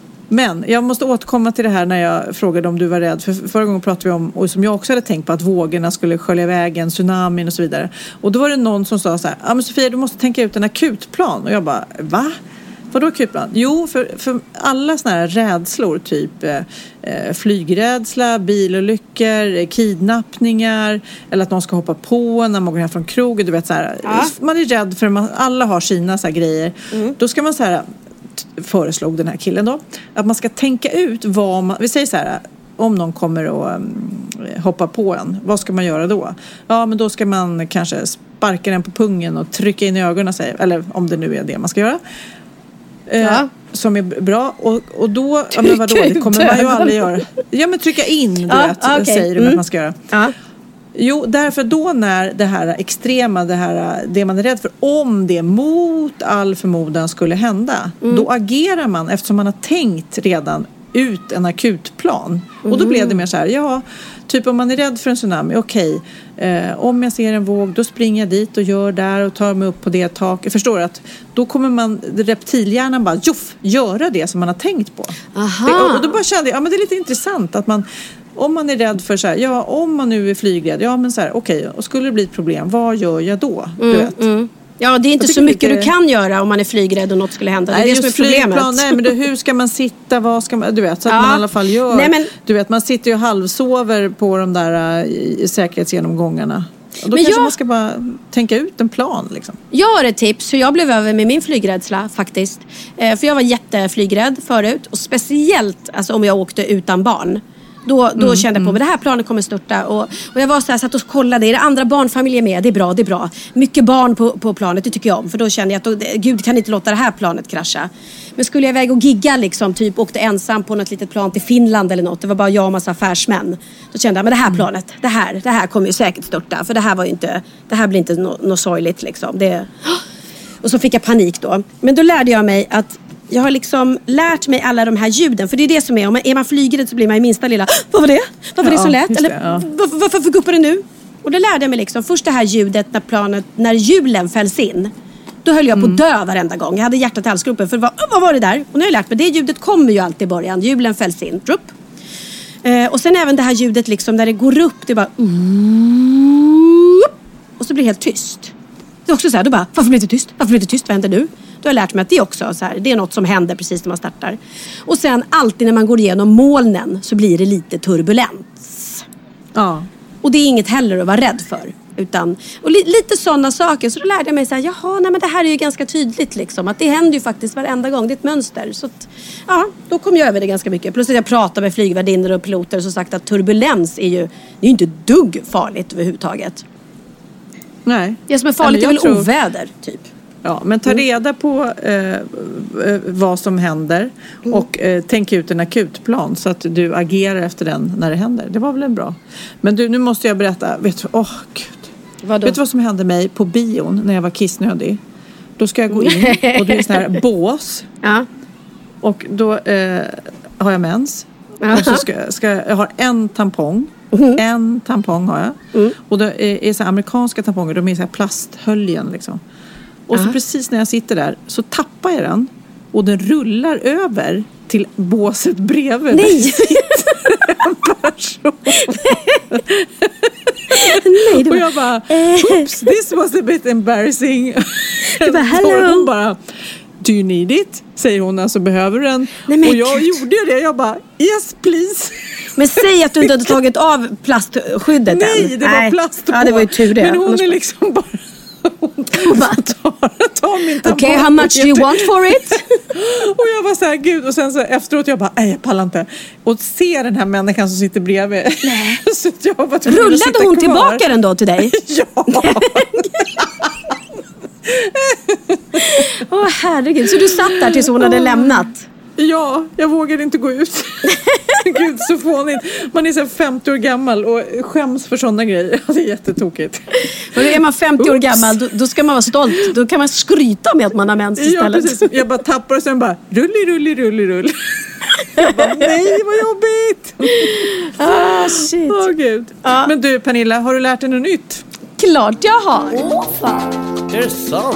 Men jag måste återkomma till det här när jag frågade om du var rädd. För förra gången pratade vi om, och som jag också hade tänkt på, att vågorna skulle skölja iväg, tsunamin och så vidare. Och då var det någon som sa så här, ja men Sofia, du måste tänka ut en akutplan. Och jag bara, va? Vadå akutplan? Jo, för, för alla såna här rädslor, typ eh, flygrädsla, bilolyckor, kidnappningar, eller att någon ska hoppa på när man går hem från krogen, du vet så här. Ja. Man är rädd för man, alla har sina så här grejer. Mm. Då ska man så här, föreslog den här killen då, att man ska tänka ut vad man, vi säger så här, om någon kommer och um, hoppar på en, vad ska man göra då? Ja, men då ska man kanske sparka den på pungen och trycka in i ögonen, säger, eller om det nu är det man ska göra. Ja. Eh, som är bra. Och, och då, ja men vadå, det kommer man ju aldrig göra. Ja, men trycka in, du ja, vet, okay. säger du mm. att man ska göra. Ja. Jo, därför då när det här extrema, det här, det man är rädd för, om det mot all förmodan skulle hända, mm. då agerar man eftersom man har tänkt redan ut en akutplan. Mm. Och då blev det mer så här, ja, typ om man är rädd för en tsunami, okej, eh, om jag ser en våg, då springer jag dit och gör där och tar mig upp på det taket. Förstår du att då kommer man, reptilhjärnan bara, joff, göra det som man har tänkt på. Aha. Det, och, och då bara kände jag, ja men det är lite intressant att man, om man är rädd för så här, ja om man nu är flygrädd, ja men så här, okej, och skulle det bli ett problem, vad gör jag då? Mm, du vet. Mm. Ja, det är inte så mycket lite... du kan göra om man är flygrädd och något skulle hända. Det är nej, det som är problemet. Nej, men det, hur ska man sitta? Vad ska man, du vet, så att ja. man i alla fall gör. Nej, men... Du vet, man sitter ju och halvsover på de där uh, säkerhetsgenomgångarna. Och då men kanske jag... man ska bara tänka ut en plan liksom. Jag har ett tips hur jag blev över med min flygrädsla faktiskt. Eh, för jag var jätteflygrädd förut. Och speciellt alltså, om jag åkte utan barn. Då, då mm, kände jag på, men det här planet kommer störta. Och, och jag var så här, satt och kollade, är det andra barnfamiljer med? Det är bra, det är bra. Mycket barn på, på planet, det tycker jag om. För då kände jag att, då, gud kan inte låta det här planet krascha. Men skulle jag iväg och gigga liksom, typ åkte ensam på något litet plan till Finland eller något. Det var bara jag och massa affärsmän. Då kände jag, men det här planet, det här, det här kommer ju säkert störta. För det här var ju inte, det här blir inte något no sorgligt liksom. Det, och så fick jag panik då. Men då lärde jag mig att jag har liksom lärt mig alla de här ljuden. För det är det som är, om man, är man flygrädd så blir man i minsta lilla, vad var det? Vad var ja, det som lät? Eller det, ja. varför, varför guppar det nu? Och då lärde jag mig liksom, först det här ljudet när planet, när hjulen fälls in. Då höll jag på att dö varenda gång. Jag hade hjärtat i halsgropen för vad, vad var det där? Och nu har jag lärt mig, det ljudet kommer ju alltid i början. Hjulen fälls in, drupp. Eh, och sen även det här ljudet liksom, när det går upp, det är bara och så blir det helt tyst. Det är också så här, då bara, varför blir det tyst? Varför blir det tyst? Vad händer nu? Då har jag lärt mig att det är också så här, det är något som händer precis när man startar. Och sen alltid när man går igenom molnen så blir det lite turbulens. Ja. Och det är inget heller att vara rädd för. Utan, och li, lite sådana saker. Så då lärde jag mig så här, jaha, nej, men det här är ju ganska tydligt liksom. Att det händer ju faktiskt varenda gång, det är ett mönster. Så att, ja, då kom jag över det ganska mycket. Plus att jag pratade med flygvärdinnor och piloter som sagt att turbulens är ju, det är ju inte dugg farligt överhuvudtaget. Nej. Det som är farligt är väl tror... oväder, typ. Ja, men ta reda på eh, vad som händer och eh, tänk ut en akutplan så att du agerar efter den när det händer. Det var väl en bra. Men du, nu måste jag berätta. Vet du, åh gud. Vadå? Vet du vad som hände mig på bion när jag var kissnödig? Då ska jag gå in och det är sån här bås. Ja. Och då eh, har jag mens. Ja. Och så ska, ska jag har en tampong Mm. En tampong har jag. Mm. Och det är, är så här amerikanska tamponger. De är så här plasthöljen liksom. Och uh-huh. så precis när jag sitter där så tappar jag den. Och den rullar över till båset bredvid. Nej! En person. Nej, och jag bara, oops, this was a bit embarrassing. Du bara, hello. Och hon bara, do you need it? Säger hon, alltså behöver den? Nej, och jag Gud. gjorde det, jag bara, yes please. Men säg att du inte hade tagit av plastskyddet. Nej, än. det var Nej. plast på. Ja, det var ju tur det. Men hon Annars är liksom bara... Hon bara tar min tampong. Okej, how much do you want for it? Och jag var så här, gud. Och sen så efteråt jag bara, nej jag pallar inte. Och se den här människan som sitter bredvid. Nej. Så jag bara rullade hon kvar. Tillbaka den då till dig? Ja. Åh oh, herregud. Så du satt där tills hon hade oh. lämnat? Ja, jag vågade inte gå ut. Gud, så fånigt. Man är så femtio år gammal och skäms för sådana grejer. Det är jättetokigt. Men är man femtio år gammal, då, då ska man vara stolt. Då kan man skryta med att man har mens istället. Ja, precis. Jag bara tappar och sen bara rulli, rulli, rulli, rulli. Jag bara, nej, vad jobbigt. Ah, shit. Åh, Gud. Ah. Men du, Pernilla, har du lärt dig något nytt? Klart jag har. Åh, fan. Är det sant?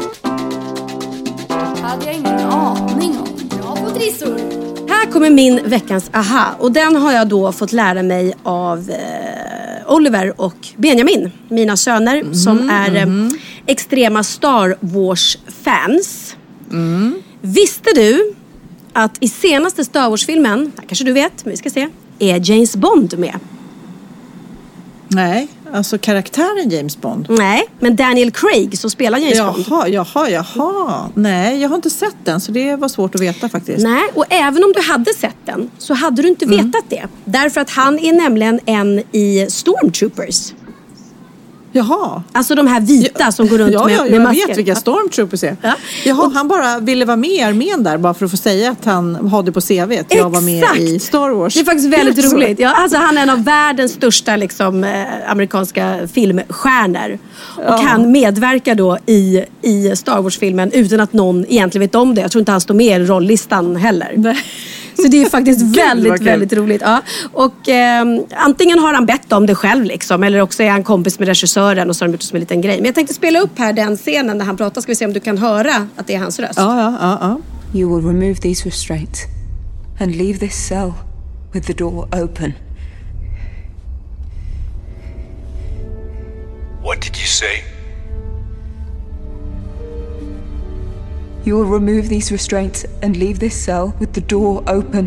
Hade jag ingen aning om. Här kommer min veckans aha. Och den har jag då fått lära mig av eh, Oliver och Benjamin. Mina söner mm, som är mm. eh, extrema Star Wars-fans. Mm. Visste du att i senaste Star Wars-filmen, kanske du vet, men vi ska se, är James Bond med? Nej, alltså karaktären James Bond. Nej, men Daniel Craig som spelar James jaha, Bond. Jaha, jaha, jaha. Nej, jag har inte sett den, så det var svårt att veta faktiskt. Nej, och även om du hade sett den så hade du inte mm. vetat det. Därför att han är nämligen en i Stormtroopers. Jaha. Alltså de här vita ja, som går runt ja, med, ja, med jag masker. Jag vet vilka Stormtroopers är. Ja. Jaha, och, han bara ville vara med i armén där bara för att få säga att han hade på C V att jag var med i Star Wars. Det är faktiskt väldigt ja, roligt. Ja, alltså, han är en av världens största liksom, eh, amerikanska filmstjärnor. Och ja. han medverkar då i, i Star Wars-filmen utan att någon egentligen vet om det. Jag tror inte han står med i rolllistan heller. Nej. Så det är faktiskt väldigt, väldigt roligt. Ja. Och eh, antingen har han bett om det själv liksom, eller också är han kompis med regissören och så har de gjort det som en liten grej. Men jag tänkte spela upp här den scenen när han pratar. Ska vi se om du kan höra att det är hans röst. Ja, ja, ja, ja. You will remove these restraints and leave this cell with the door open. What did you say? You will remove these restraints and leave this cell with the door open.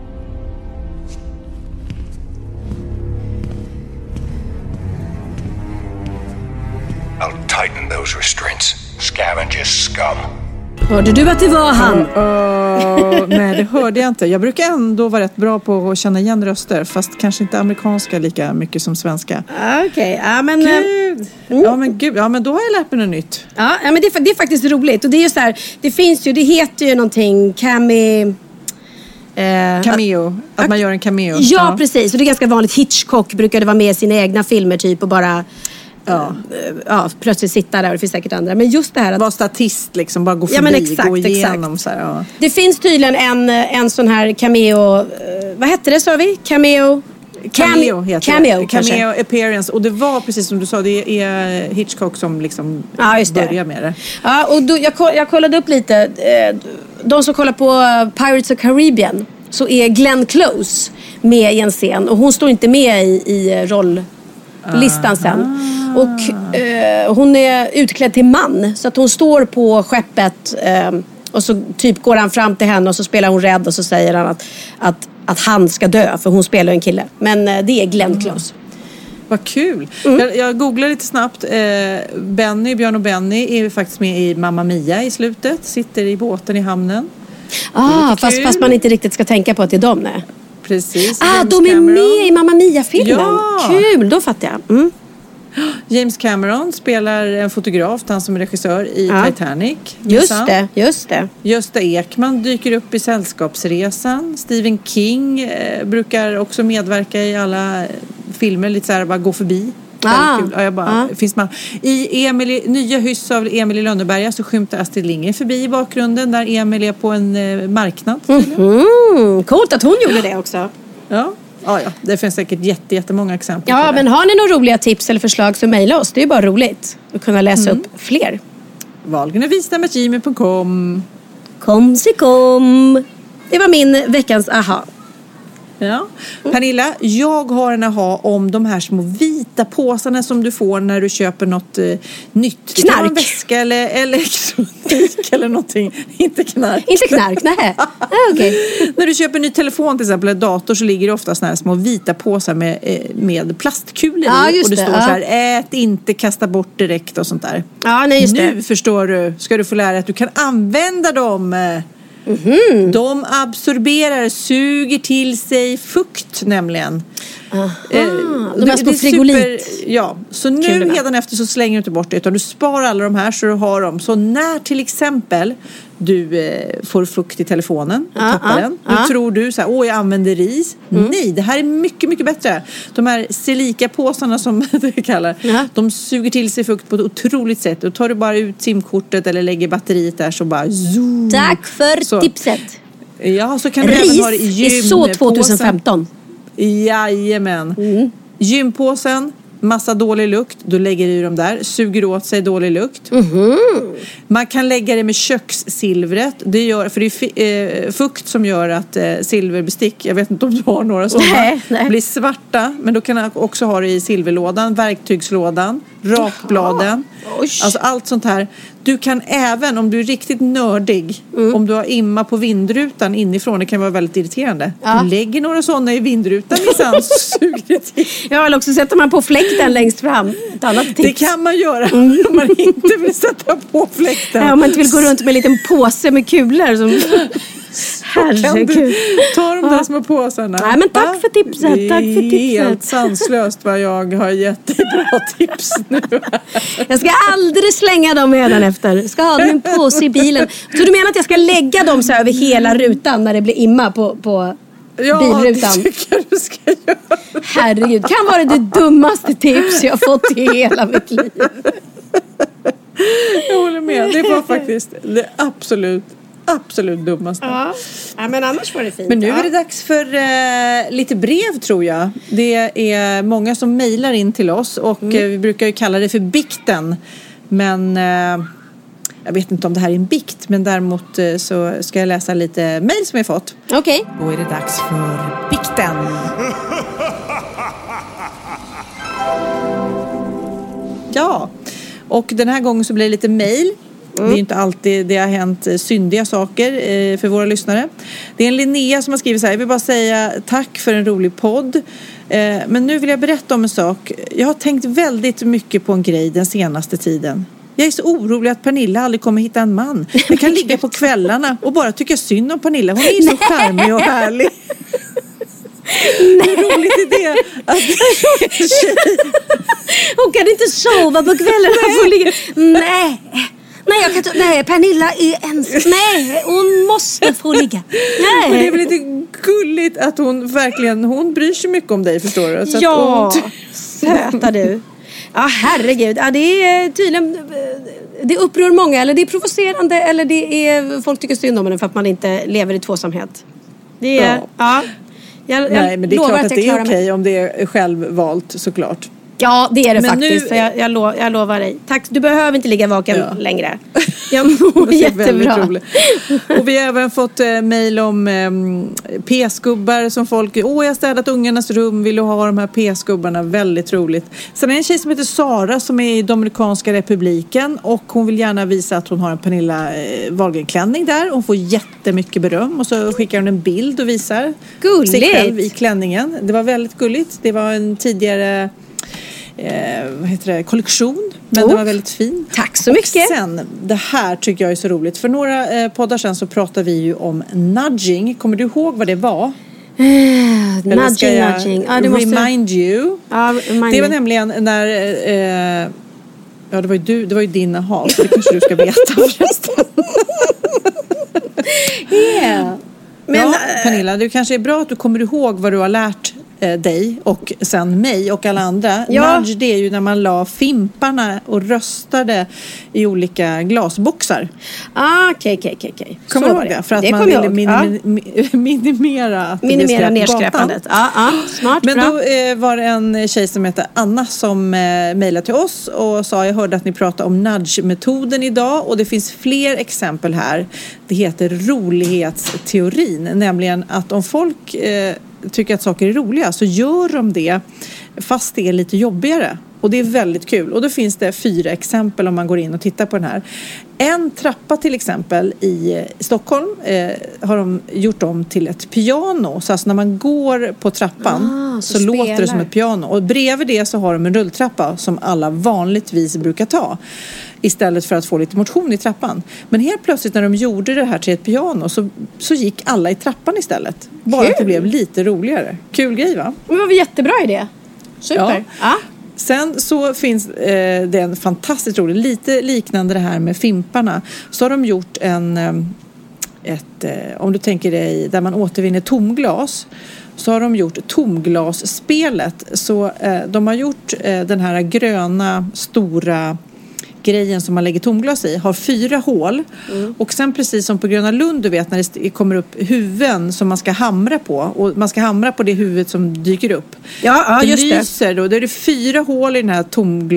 I'll tighten those restraints. Scavengers scum. Hörde du att det var han? Uh, uh, nej, det hörde jag inte. Jag brukar ändå vara rätt bra på att känna igen röster. Fast kanske inte amerikanska lika mycket som svenska. Okej, okay. ja men... Gud. Mm. Ja men gud, ja men då har jag lärt mig något nytt. Ja, ja men det är, det är faktiskt roligt. Och det är ju så här, det finns ju, det heter ju någonting, cami... Eh, cameo, att, att man gör en cameo. Ja, ja, precis. Och det är ganska vanligt. Hitchcock brukade vara med i sina egna filmer typ och bara... Ja. ja, plötsligt sitta där och det finns säkert andra. Men just det här att... Vara statist liksom, bara gå förbi, ja, men exakt, gå igenom exakt. Så här, ja. Det finns tydligen en, en sån här cameo, vad hette det sa vi? Cameo... Cameo heter cameo, det. Cameo appearance. Och det var precis som du sa, det är Hitchcock som liksom ja, just det. börjar med det. Ja, och då, jag, jag kollade upp lite. De som kollar på Pirates of Caribbean så är Glenn Close med i en scen. Och hon står inte med i, i rolllistan sen. Och eh, hon är utklädd till man. Så att hon står på skeppet eh, och så typ går han fram till henne och så spelar hon rädd och så säger han att, att, att han ska dö för hon spelar en kille. Men eh, det är Glenn Close. Mm. Vad kul. Mm. Jag, jag googlar lite snabbt. Eh, Benny, Björn och Benny är faktiskt med i Mamma Mia i slutet. Sitter i båten i hamnen. Ah, fast, fast man inte riktigt ska tänka på att det är dem, nej. Precis. Ah, James de är Cameron. med i Mamma Mia-filmen. Ja. Kul, då fattar jag. Mm. James Cameron spelar en fotograf, han som är regissör i ja. Titanic. Just det, just det. Gösta Ekman dyker upp i Sällskapsresan. Stephen King eh, brukar också medverka i alla filmer, lite så här bara gå förbi. Ah. Kul. Ja, jag bara, ah. finns man. I Emily, nya hyss av Emil i Lönneberga så skymtar Astrid Lindgren förbi i bakgrunden där Emil är på en eh, marknad. Mm-hmm. Coolt att hon gjorde det också. Ja. ja, ja. Det finns säkert jätte, jättemånga exempel. Ja, men har ni några roliga tips eller förslag så mejla oss. Det är ju bara roligt att kunna läsa mm. upp fler. Wahlgren och Wistam at gmail punkt com. Kom si kom. Det var min veckans aha. Ja. Pernilla, jag har en aha om de här små vita påsarna som du får när du köper något eh, nytt. Knark. En väska eller elektronik eller någonting. Inte knark. Inte knark, nej. Ah, okay. När du köper en ny telefon till exempel, eller dator, så ligger det ofta såna här små vita påsar med, eh, med plastkulor ja, i. Och det, det står ja. så här, ät inte, kasta bort direkt och sånt där. Ja, nej, just nu det. förstår du, ska du få lära dig att du kan använda dem. Eh, Mm-hmm. De absorberar, suger till sig fukt nämligen. Aha, eh, de är små frigolit. Ja, så nu kulorna. Redan efter så slänger du inte bort det, utan du sparar alla de här så du har dem. Så när till exempel du eh, får fukt i telefonen och ah, tappar ah, den. Då ah. tror du så här, åh jag använder ris. Mm. Nej, det här är mycket, mycket bättre. De här Silika-påsarna som det kallar, ja. de suger till sig fukt på ett otroligt sätt. Då tar du bara ut simkortet eller lägger batteriet där så bara zoom. Tack för så. tipset. Ja, så kan du ris även ha det i gympåsen. är så tjugohundrafemton. Jajamän. Mm. Gympåsen, massa dålig lukt, då lägger du dem där, suger åt sig dålig lukt. Mm-hmm. Man kan lägga det med kökssilvret, det gör, för det är fi, eh, fukt som gör att eh, silverbestick, jag vet inte om du har några sådana, nej, nej. blir svarta, men då kan man också ha det i silverlådan, verktygslådan, rakbladen, alltså allt sånt här. Du kan även, om du är riktigt nördig, mm. om du har imma på vindrutan inifrån, det kan vara väldigt irriterande. Ja. Du lägger några sådana i vindrutan minsann, så suger det till. Ja, eller också sätter man på fläkten längst fram. Ett annat tips. Det kan man göra mm. om man inte vill sätta på fläkten. Ja, om man inte vill gå runt med en liten påse med kulor som... Herregud. Ta de där ja. små påsarna. Nej, men tack för tipset. Tack för tipset. Det är helt sanslöst vad jag har jättebra tips nu. Jag ska aldrig slänga dem redan efter. Jag ska ha min påse i bilen. Så du menar att jag ska lägga dem så över hela rutan när det blir imma på, på ja, bilrutan? Ja, det tycker jag du ska göra. Herregud, kan vara det dummaste tips jag har fått i hela mitt liv. Jag håller med. Det var faktiskt det absolut Absolut dummaste. Ja. Ja, men annars var det fint. Men nu ja. är det dags för eh, lite brev tror jag. Det är många som mejlar in till oss och mm. eh, vi brukar ju kalla det för bikten. Men eh, jag vet inte om det här är en bikt, men däremot eh, så ska jag läsa lite mejl som jag fått. Okej. Okay. Då är det dags för bikten. Ja, och den här gången så blir det lite mejl. Mm. Det är inte alltid det har hänt syndiga saker eh, för våra lyssnare. Det är en Linnea som har skrivit så här: jag vill bara säga tack för en rolig podd. Eh, men nu vill jag berätta om en sak. Jag har tänkt väldigt mycket på en grej den senaste tiden. Jag är så orolig att Pernilla aldrig kommer hitta en man. Jag kan ligga på kvällarna och bara tycka synd om Pernilla. Hon är ju så charmig och härlig. Nej. Hur roligt är det? Att hon kan inte sova på kvällarna. Nej. Nej, jag kan inte. Nej, Pernilla är ens. Nej, hon måste få ligga. Nej. Men det är väl lite gulligt att hon verkligen, hon bryr sig mycket om dig, förstår du? Så ja, att hon... söta du. Ja, herregud. Ja, det är tydligen, det upprör många, eller det är provocerande, eller det är, folk tycker synd om den för att man inte lever i tvåsamhet. Det är, ja. ja jag, jag Nej, men det är klart att, att det är okej okay om det är självvalt, såklart. Ja, det är det men faktiskt. Nu... Jag, jag, lo, jag lovar dig. Tack, du behöver inte ligga vaken ja. längre. Jag mår jättebra. Och vi har även fått eh, mejl om eh, p-skubbar som folk... Åh, jag har städat ungarnas rum. Vill du ha de här p-skubbarna? Väldigt roligt. Sen är det en tjej som heter Sara som är i Dominikanska republiken. Och hon vill gärna visa att hon har en Pernilla eh, Wahlgren-klänning där. Hon får jättemycket beröm. Och så skickar hon en bild och visar gulligt. sig själv i klänningen. Det var väldigt gulligt. Det var en tidigare... Eh, vad heter det? Kollektion. Men oh. den var väldigt fin. Tack så mycket. Och sen, det här tycker jag är så roligt. För några eh, poddar sen så pratade vi ju om nudging. Kommer du ihåg vad det var? Uh, nudging, nudging. Ah, det måste... Remind you. Ah, remind det var nämligen när... Eh, ja, det var ju, du, det var ju din aha. Så det kanske du ska veta förresten. yeah. Men, ja, Pernilla, det kanske är bra att du kommer ihåg vad du har lärt eh, dig och sen mig och alla andra. Ja. Nudge, det är ju när man la fimparna och röstade i olika glasboxar. Ah, okej, okej, okej. Kommer du ihåg det? För att det man ville minim- ja. minimera att minimera nedskräpandet. Ja, ja, smart, men bra. då eh, var det en tjej som heter Anna som eh, mejlade till oss och sa, jag hörde att ni pratade om nudge-metoden idag och det finns fler exempel här. Det heter rolighetsteorin, nämligen att om folk eh, tycker att saker är roliga så gör de det fast det är lite jobbigare. Och det är väldigt kul. Och då finns det fyra exempel om man går in och tittar på den här. En trappa till exempel i Stockholm eh, har de gjort om till ett piano. Så alltså när man går på trappan ah, så, så låter det som ett piano. Och bredvid det så har de en rulltrappa som alla vanligtvis brukar ta. Istället för att få lite motion i trappan. Men helt plötsligt när de gjorde det här till ett piano så, så gick alla i trappan istället. Bara kul. Att det blev lite roligare. Kul grej, va? Men det var jättebra idé. Super. Ja. Ah. Sen så finns eh, det en fantastiskt rolig, lite liknande det här med fimparna. Så har de gjort en, ett, eh, om du tänker dig där man återvinner tomglas. Så har de gjort tomglasspelet. Så eh, de har gjort eh, den här gröna stora grejen som man lägger tomglas i har fyra hål mm. och sen precis som på Gröna Lund, du vet när det kommer upp huvuden som man ska hamra på och man ska hamra på det huvudet som dyker upp. Ja, ja det just lyser det. Då, då är det fyra hål i den här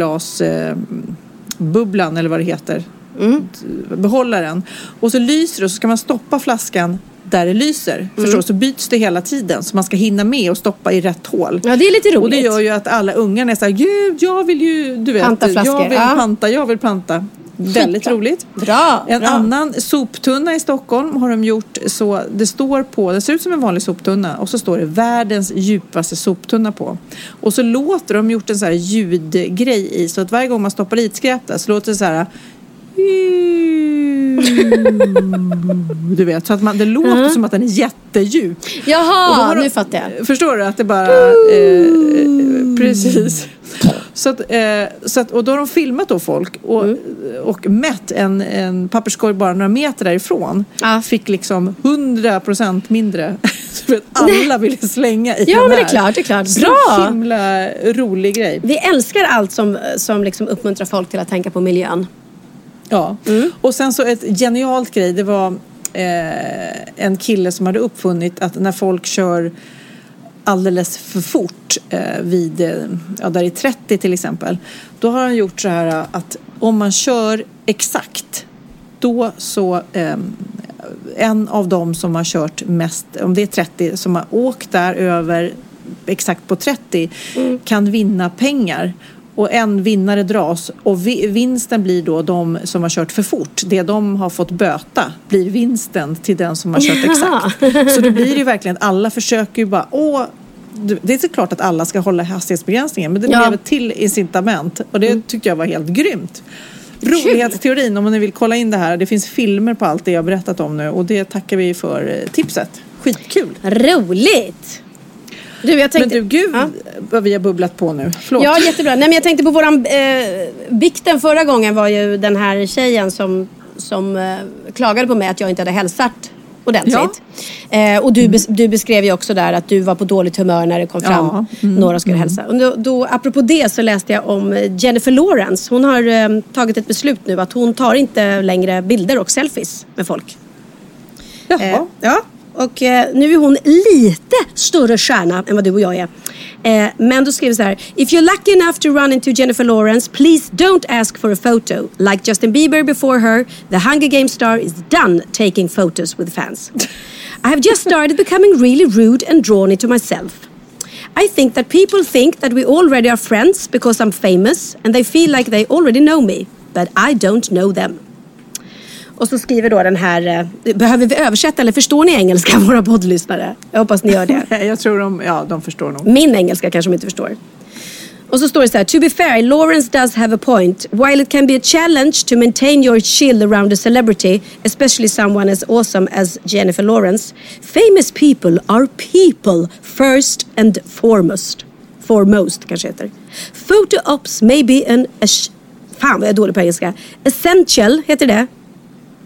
tomglasbubblan eh, eller vad det heter. Mm. Behållaren. Och så lyser det och så ska man stoppa flaskan där det lyser. Mm. Förstår, så byts det hela tiden. Så man ska hinna med och stoppa i rätt hål. Ja, det är lite roligt. Och det gör ju att alla ungarna är så här, gud, jag vill ju, du vet. Panta flaskor. Jag vill ja. panta, jag vill panta. Väldigt bra. roligt. Bra. En bra. annan soptunna i Stockholm har de gjort så, det står på, det ser ut som en vanlig soptunna. Och så står det världens djupaste soptunna på. Och så låter de gjort en så här ljudgrej i. Så att varje gång man stoppar i ett skräp där så låter det så här. Du vet, så att man, det låter mm. som att den är jättedjup. Jaha, de, nu fattar jag. Förstår du att det bara eh, precis. Så att, eh, så att, och då har de filmat då folk och, mm. och mätt en, en papperskorg bara några meter därifrån. Ah. Fick liksom hundra procent mindre. Så att alla ville slänga i ja, den här. Men det är klart, det är klart. Så bra! himla rolig grej. Vi älskar allt som, som liksom uppmuntrar folk till att tänka på miljön. Ja, mm. och sen så ett genialt grej, det var eh, en kille som hade uppfunnit att när folk kör alldeles för fort eh, vid, ja, där i trettio till exempel, då har han gjort så här att om man kör exakt, då så eh, en av dem som har kört mest, om det är trettio, som har åkt där över exakt på trettio mm. kan vinna pengar. Och en vinnare dras och vinsten blir då de som har kört för fort. Det de har fått böta blir vinsten till den som har kört exakt. Så då blir det ju verkligen att alla försöker ju bara, åh, det är så klart att alla ska hålla hastighetsbegränsningen. Men det ja. blev ett till incitament och det tyckte jag var helt grymt. Rolighetsteorin, om ni vill kolla in det här. Det finns filmer på allt det jag har berättat om nu och det tackar vi för tipset. Skitkul. Roligt! Du, jag tänkte, men du, gud ja. vad vi har bubblat på nu. Förlåt. Ja, jättebra. Nej, men jag tänkte på våran eh, bikten förra gången var ju den här tjejen som, som eh, klagade på mig att jag inte hade hälsat ordentligt. Ja. Eh, och du, mm. bes, du beskrev ju också där att du var på dåligt humör när det kom fram ja. mm. några skulle mm. hälsa. Och då, då, apropå det så läste jag om Jennifer Lawrence. Hon har eh, tagit ett beslut nu att hon tar inte längre bilder och selfies med folk. Jaha. Eh, ja. Och eh, nu är hon lite större stjärna än vad du och jag är. Eh, men då skriver så här: If you're lucky enough to run into Jennifer Lawrence, please don't ask for a photo. Like Justin Bieber before her, the Hunger Games star is done taking photos with fans. I have just started becoming really rude and drawn into myself. I think that people think that we already are friends because I'm famous and they feel like they already know me. But I don't know them. Och så skriver då den här, behöver vi översätta eller förstår ni engelska, våra poddlyssnare? Jag hoppas ni gör det. Jag tror de, ja, de förstår nog. Min engelska kanske de inte förstår. Och så står det så här: To be fair, Lawrence does have a point. While it can be a challenge to maintain your chill around a celebrity, especially someone as awesome as Jennifer Lawrence, famous people are people first and foremost. Foremost kanske heter. Photo ops may be an... A, fan vad jag är dålig på engelska. Essential, heter det?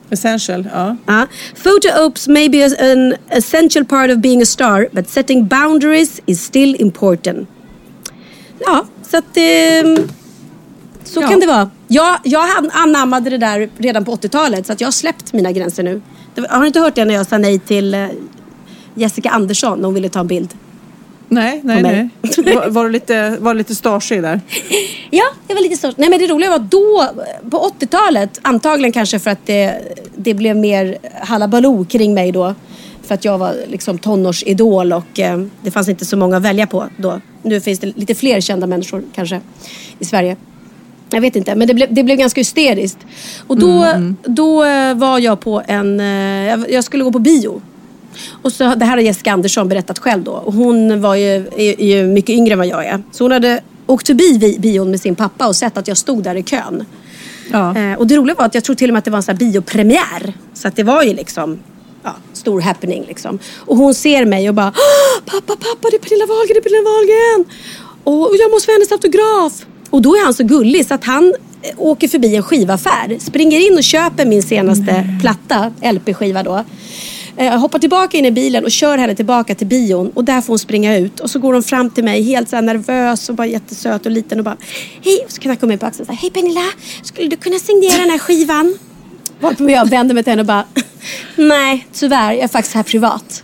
Essential, ja. Uh, photo ops may be an essential part of being a star, but setting boundaries is still important. Ja, så att eh, så ja. kan det vara. Jag, jag anammade det där redan på åttiotalet, så att jag har släppt mina gränser nu. Har du inte hört det när jag sa nej till eh, Jessica Andersson när hon ville ta en bild? Nej, nej, nej. Var, var du lite, var lite starsig där? Ja, jag var lite starsig. Nej, men det roliga var då, på åttiotalet, antagligen kanske för att det, det blev mer halabaloo kring mig då. För att jag var liksom tonårsidol och eh, det fanns inte så många att välja på då. Nu finns det lite fler kända människor kanske i Sverige. Jag vet inte, men det, ble, det blev ganska hysteriskt. Och då, mm. då eh, var jag på en... Eh, jag skulle gå på bio. Och så, det här har Jessica Andersson berättat själv då. Och hon var ju, är, är ju mycket yngre än vad jag är. Så hon hade åkt förbi bion med sin pappa och sett att jag stod där i kön. Ja. Eh, och det roliga var att jag tror till och med att det var en sån här biopremiär. Så att det var ju liksom... Ja, stor happening liksom. Och hon ser mig och bara, pappa, pappa, det är Pernilla Wahlgren, det är Pernilla Wahlgren. Och jag måste få hennes autograf. Och då är han så gullig så att han åker förbi en skivaffär, springer in och köper min senaste mm. platta, L P-skiva då. Jag hoppar tillbaka in i bilen och kör henne tillbaka till bion. Och där får hon springa ut. Och så går hon fram till mig helt så här nervös och bara jättesöt och liten och bara, hej, och så knackar hon mig på axeln så här, hej Pernilla, skulle du kunna signera den här skivan? Varpå jag vänder mig till henne och bara, nej, tyvärr, jag är faktiskt här privat.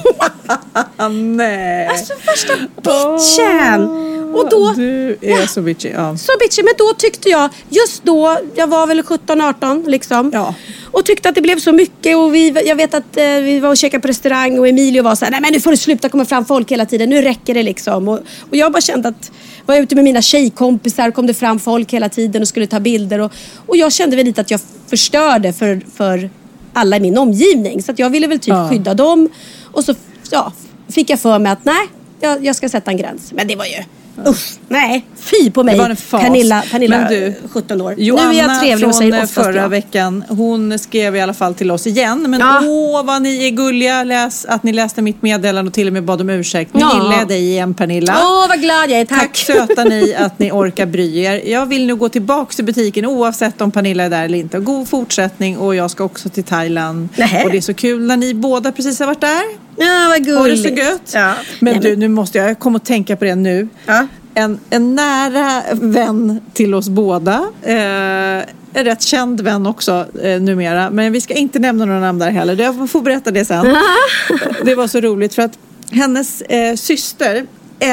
Nej. Alltså första bitchen. Oh, och då, du är ja, så bitchy, ja. Så bitchy, men då tyckte jag, just då, jag var väl sjutton arton liksom. Ja. Och tyckte att det blev så mycket och vi, jag vet att eh, vi var och käkade på restaurang och Emilio var så här, nej men nu får det sluta komma fram folk hela tiden, nu räcker det liksom. Och, och jag bara kände att, var jag ute med mina tjejkompisar kom det fram folk hela tiden och skulle ta bilder. Och, och jag kände väl lite att jag förstörde för, för alla i min omgivning. Så att jag ville väl typ ja. skydda dem. Och så ja, fick jag för mig att nej, jag, jag ska sätta en gräns. Men det var ju, usch, nej, fy på mig. Pernilla, Pernilla men du, sjutton år. Joanna, nu är jag trevlig och säger förra jag. veckan, hon skrev i alla fall till oss igen. Men ja. åh, vad ni är gulliga, läs, att ni läste mitt meddelande och till och med bad om ursäkt. Nu ja. gillar jag dig igen, Pernilla. Åh, vad glad jag är, tack. Tack söta ni att ni orkar bry er. Jag vill nu gå tillbaka till butiken oavsett om Pernilla är där eller inte. God fortsättning och jag ska också till Thailand. Nähe. Och det är så kul när ni båda precis har varit där. Ja, vad gulligt. Och det är så gött. Ja. Men Nej, du, men... nu måste jag komma och tänka på det nu. Ja. En, en nära vän till oss båda. Eh, en rätt känd vän också eh, numera. Men vi ska inte nämna några namn där heller. Jag får berätta det sen. Det var så roligt för att hennes eh, syster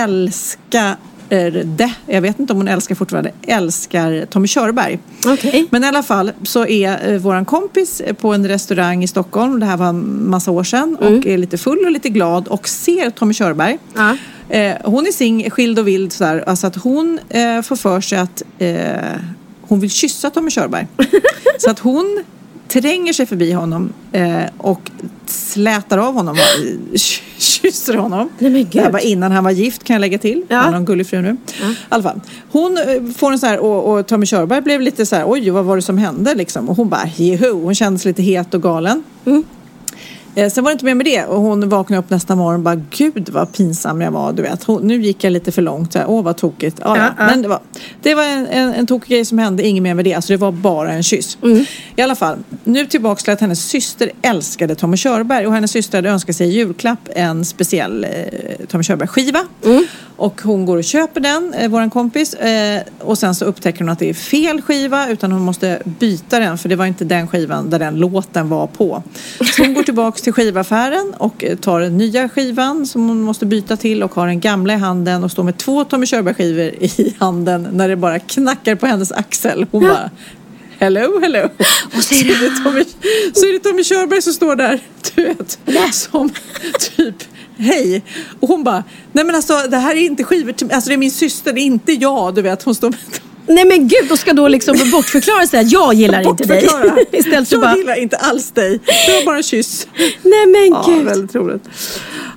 älskar det. Jag vet inte om hon älskar fortfarande. Älskar Tommy Körberg. Okay. Men i alla fall så är eh, våran kompis på en restaurang i Stockholm. Det här var en massa år sedan. Mm. Och är lite full och lite glad. Och ser Tommy Körberg. Uh. Eh, hon är sing, skild och vild sådär. Alltså att hon eh, får för sig att eh, hon vill kyssa Tommy Körberg. Så att hon tränger sig förbi honom eh, och slätar av honom och kysser honom. Nej, men Gud. Det här var innan han var gift, kan jag lägga till. Ja. Han har en gullig fru nu. Ja. I alla fall. Hon eh, får en så här, och, och Tommy Körberg blev lite så här, oj, vad var det som hände liksom? Och hon bara, jeho, hon kändes lite het och galen. Mm. Eh, sen var det inte mer med det. Och hon vaknade upp nästa morgon och bara, gud vad pinsam jag var. Du vet. Hon, nu gick jag lite för långt. Åh, oh, vad tokigt. Ja, ja, ja. Men det var, det var en, en, en tokig grej som hände. Inget mer med det. Alltså det var bara en kyss. Mm. I alla fall. Nu tillbaka till att hennes syster älskade Tommy Körberg. Och hennes syster hade önskat sig i julklapp en speciell eh, Tommy Körberg-skiva. Mm. Och hon går och köper den, eh, våran kompis. Eh, och sen så upptäcker hon att det är fel skiva. Utan hon måste byta den. För det var inte den skivan där den låten var på. Så hon går tillbaka till skivaffären och tar den nya skivan som hon måste byta till och har den gamla i handen och står med två Tommy Körberg-skivor i handen när det bara knackar på hennes axel. Hon bara, hello, hello. Och så, är det... Så, är det Tommy, så är det Tommy Körberg som står där, du vet, som typ, hej. Och hon bara, nej men alltså det här är inte skivor till, alltså det är min syster, det är inte jag, du vet. Hon står med... Nej men gud, då ska då liksom bortförklara sig att jag gillar inte dig. Istället för jag bara... gillar inte alls dig. Det var bara en kyss. Nej men ja, gud. Väldigt roligt.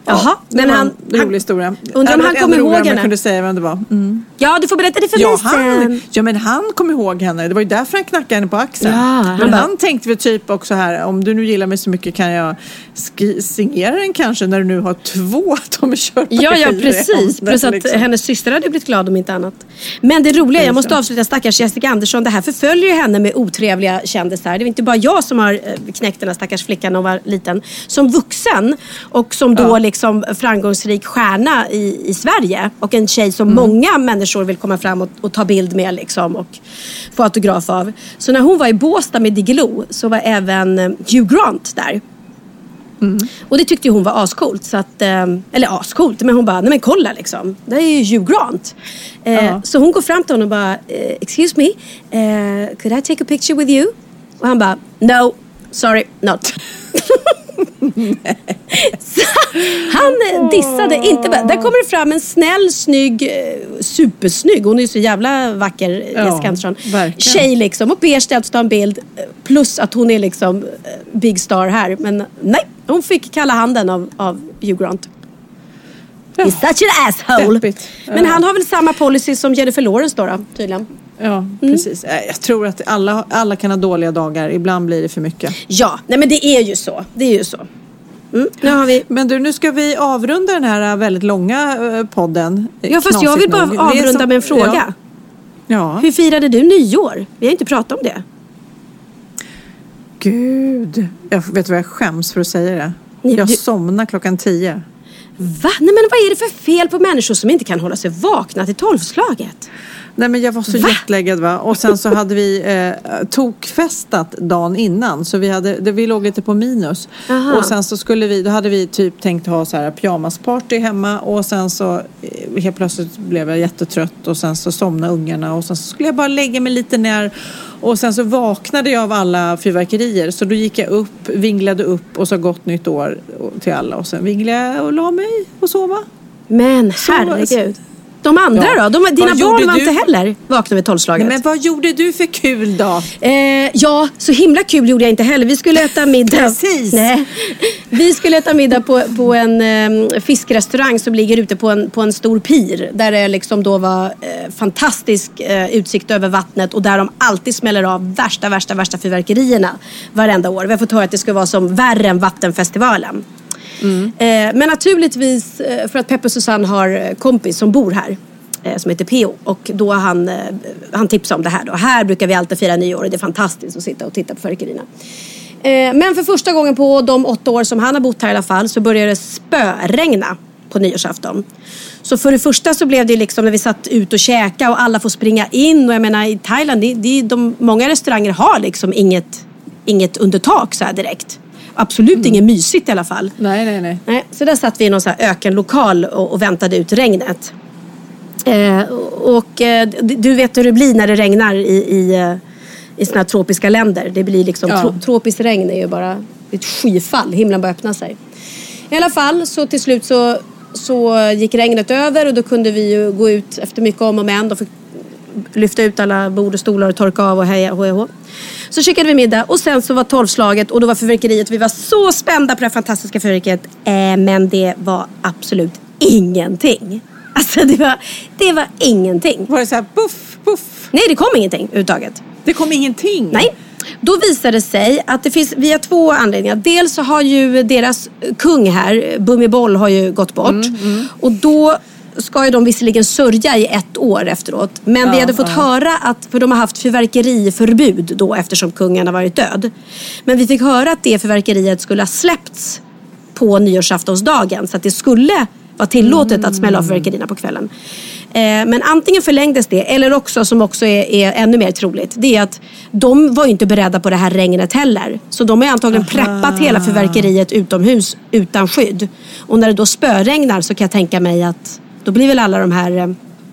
Jaha, det men var han, en rolig historia. Undrar om han kommer ihåg henne. Man kunde säga vem det var. Mm. Ja, du får berätta det för ja, mig sen. Han, ja, men han kom ihåg henne. Det var ju därför han knackade henne på axeln. Ja, men han, bara, han tänkte väl typ också här, om du nu gillar mig så mycket kan jag sk- signera den kanske när du nu har två Tommy Körberg. Ja, ja, precis. Plus att liksom. hennes syster hade blivit glad om inte annat. Men det roliga, jag måste avsluta stackars Jessica Andersson. Det här förföljer ju henne med otrevliga kändisar. Det är inte bara jag som har knäckt den här stackars flickan när hon var liten. Som vuxen och som då ja. liksom framgångsrik stjärna i, i Sverige. Och en tjej som mm. många människor vill komma fram och, och ta bild med liksom, och få autograf av. Så när hon var i Båstad med Diggiloo så var även Hugh Grant där. Mm. Och det tyckte hon var ascoolt så att, eller ascoolt, men hon bara, nej men kolla liksom, det är ju Hugh Grant. uh-huh. Så hon går fram till honom och bara, excuse me, uh, could I take a picture with you? Och han bara, no, sorry, not. Så han dissade inte. Där kommer det fram en snäll, snygg, supersnygg. Hon är ju så jävla vacker, ja, Jessica Andersson. Tjej liksom, och ber ställt att ta en bild. Plus att hon är liksom big star här. Men nej, hon fick kalla handen av, av Hugh Grant. Ja. He's such an asshole. Deppigt. Men ja. han har väl samma policy som Jennifer Lawrence då, då tydligen. Ja, precis. Mm. Jag tror att alla, alla kan ha dåliga dagar. Ibland blir det för mycket. Ja, nej men det är ju så. Det är ju så. Mm, nu har vi... Men du, nu ska vi avrunda den här väldigt långa podden. Ja, fast jag vill bara nog. avrunda som... med en fråga. Ja. Ja. Hur firade du nyår? Vi har inte pratat om det. Gud, jag vet vad jag skäms för att säga det. Nej, jag du... somnar klockan tio. Va? Nej, men vad är det för fel på människor som inte kan hålla sig vakna till tolvslaget? Nej, men jag var så va? jetlaggad va. Och sen så hade vi eh, tokfestat dagen innan. Så vi, hade, det, vi låg lite på minus. Aha. Och sen så skulle vi, då hade vi typ tänkt ha så här pyjamasparty hemma. Och sen så eh, helt plötsligt blev jag jättetrött. Och sen så somnade ungarna. Och sen så skulle jag bara lägga mig lite ner. Och sen så vaknade jag av alla fyrverkerier. Så då gick jag upp, vinglade upp och så gott nytt år till alla. Och sen vinglade jag och la mig och sova. Men herregud. De andra ja. då? De, dina vad barn var du? Inte heller vaknade vid tolvslaget. Men vad gjorde du för kul då? Eh, ja, så himla kul gjorde jag inte heller. Vi skulle äta middag. Precis. Nej. Vi skulle äta middag på, på en eh, fiskrestaurang som ligger ute på en, på en stor pir. Där det liksom då var eh, fantastisk eh, utsikt över vattnet. Och där de alltid smäller av värsta, värsta, värsta fyrverkerierna varenda år. Vi har fått höra att det ska vara som värre än Vattenfestivalen. Mm. Eh, men naturligtvis eh, för att Peppe och Susanne har kompis som bor här eh, som heter P O, och då han, eh, han tipsade om det här då. Här brukar vi alltid fira nyår och det är fantastiskt att sitta och titta på fyrverkerierna. Eh, men för första gången på de åtta år som han har bott här i alla fall så började det spöregna på nyårsafton. Så för det första så blev det liksom när vi satt ut och käka och alla får springa in, och jag menar i Thailand det, det, de, många restauranger har liksom inget, inget under tak så här direkt. Absolut mm. inget mysigt i alla fall. Nej, nej, nej. nej så där satt vi i någon så här ökenlokal och, och väntade ut regnet. Eh, och eh, du vet hur det blir när det regnar i, i, i såna här tropiska länder. Det blir liksom, ja. tro, tropiskt regn är ju bara ett skyfall. Himlen bara öppnar sig. I alla fall så till slut så, så gick regnet över och då kunde vi ju gå ut efter mycket om och men. Då fick lyfta ut alla bord och stolar och torka av och heja och heja. Så skickade vi middag och sen så var tolvslaget och då var fyrverkeriet. Vi var så spända på det fantastiska fyrverkeriet. Eh, men det var absolut ingenting. Alltså det var, det var ingenting. Var det så här puff, puff? Nej, det kom ingenting överhuvudtaget. Det kom ingenting? Nej. Då visade det sig att det finns, vi har två anledningar. Dels så har ju deras kung här, Bhumibol, har ju gått bort. Mm, mm. Och då ska ju de visserligen sörja i ett år efteråt. Men ja, vi hade fått ja. höra att, för de har haft fyrverkeriförbud då eftersom kungen har varit död. Men vi fick höra att det fyrverkeriet skulle ha släppts på nyårsaftonsdagen. Så att det skulle vara tillåtet mm. att smälla av fyrverkerierna på kvällen. Eh, men antingen förlängdes det, eller också, som också är, är ännu mer troligt, det är att de var ju inte beredda på det här regnet heller. Så de har antagligen Aha. preppat hela fyrverkeriet utomhus utan skydd. Och när det då spöregnar så kan jag tänka mig att då blir väl alla de här,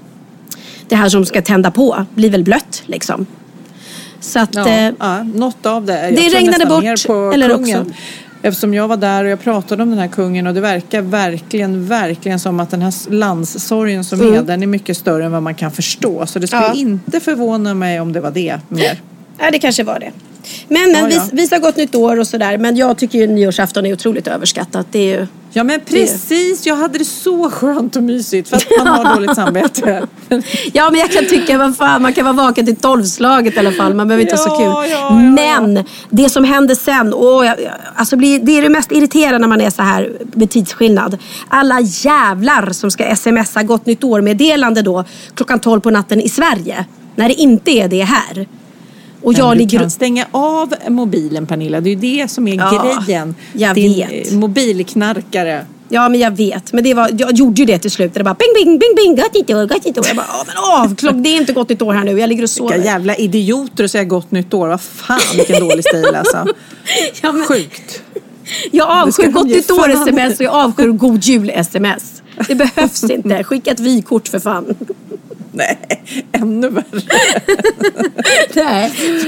det här som ska tända på, blir väl blött liksom. Så att ja, eh, ja, något av det. Jag det regnade bort på eller kungen. Också. Eftersom jag var där och jag pratade om den här kungen och det verkar verkligen, verkligen som att den här landssorgen som mm. är, den är mycket större än vad man kan förstå. Så det skulle ja. inte förvåna mig om det var det mer. Ja, det kanske var det. Men, men ja, ja. Vi, vi har gått nytt år och sådär. Men jag tycker ju nyårsafton är otroligt överskattat. Det är ju... Ja men precis, jag hade det så skönt och mysigt för att man har dåligt samvete. Ja men jag kan tycka, vad fan, man kan vara vaken till tolvslaget i alla fall. Man behöver inte ja, ha så kul. Ja, ja, men ja. det som händer sen, åh, jag, alltså blir, det är det mest irriterande när man är så här med tidsskillnad. Alla jävlar som ska smsa gott nytt år meddelande då klockan tolv på natten i Sverige. När det inte är det här. Och jag du ligger... kan stänga av mobilen, Pernilla. Det är ju det som är ja, grejen. Jag Din vet. mobilknarkare. Ja, men jag vet. Men det var, jag gjorde ju det till slut. Det bara bing, bing, bing, bing, gott nytt år, gott nytt år. Jag bara, ja men avklock, det är inte gott nytt år här nu. Jag ligger och sover. Vilka jävla idioter att säga gott nytt år. Vad fan, vilken dålig stil alltså. Ja, men... Sjukt. Jag avskyr gott nytt år sms och jag avskyr god jul sms. Det behövs inte. Skicka ett vykort för fan. Nej, ännu värre. Nej.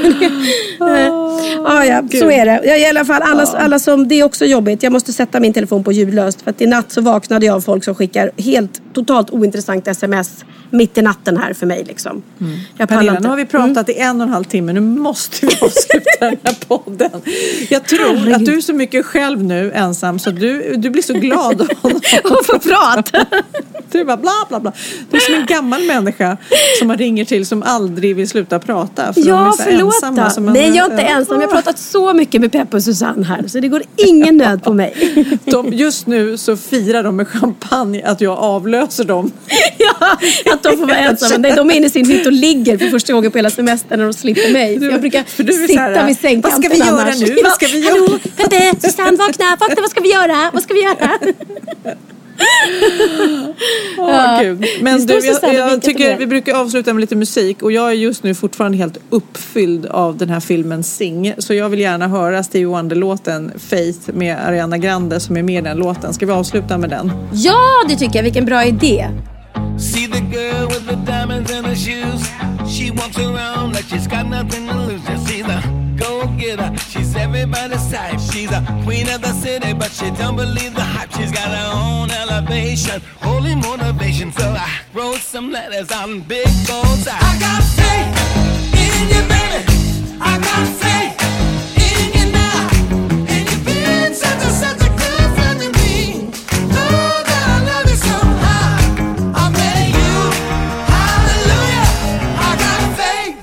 oh, ah, ja, så är det. Jag, i alla fall, alla, alla som, det är också jobbigt. Jag måste sätta min telefon på ljudlöst. För att i natt så vaknade jag av folk som skickar helt, totalt ointressant sms mitt i natten här för mig liksom. Mm. Jag Pernilla, nu har vi pratat mm. i en och en halv timme. Nu måste vi avsluta den här podden. Jag tror Herregud. att du är så mycket själv nu ensam så du, du blir så glad av att få prata. Du bara bla bla bla. Du är som en gammal människa som man ringer till som aldrig vill sluta prata. För ja, de är så förlåt ensamma som en, Nej, jag är inte ensam. Jag har pratat så mycket med Peppe och Susanne här. Så det går ingen nöd på mig. De, just nu så firar de med champagne att jag avlöser dem. Ja, att de får vara ensamma. Nej, de är inne i sin hytt och ligger för första gången på hela semestern när de slipper mig. Så jag brukar för du sitta här, vid sängkanten. Vad ska vi göra annars? nu? Vad ska vi göra? Hallå, Peppe, Susanne, vakna, vakna. Vad ska vi göra? Vad ska vi göra? Åh, Gud. Men du, jag, jag tycker vi brukar avsluta med lite musik och jag är just nu fortfarande helt uppfylld av den här filmen Sing, så jag vill gärna höra Stevie Wonder-låten Faith med Ariana Grande som är med i den låten. Ska vi avsluta med den? Ja, det tycker jag. Vilken bra idé. See the girl with the diamonds in her shoes. She walks around like she's got nothing to lose. Just see the go-getter. She's everybody's type. She's a queen of the city, but she don't believe the hype. She's got her own elevation, holy motivation. So I wrote some letters on big goals. I, I got faith in you, baby. I got faith in you now. And you've been such a, such a good friend to me. Oh, that I love you so high. I met you. Hallelujah. I got faith.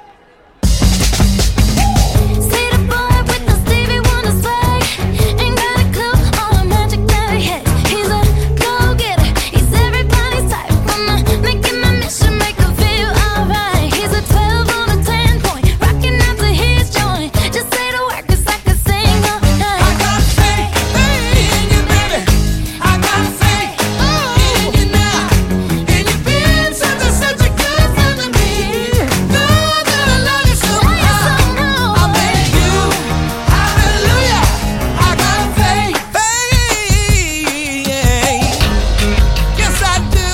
See the boy with the Stevie Wonder swag. Ain't got a clue all the magic that he has. He's a go-getter. He's everybody's type. From the making my mission make her feel alright. He's a twelve on a ten point, rocking out to his joint. Just say the word 'cause I can sing all night. I got faith in you, baby. I got faith in you now. And you've been such a, such a good friend to me. Know that I love you so much. I met you. Hallelujah. I got faith. Faith. Yes, I do.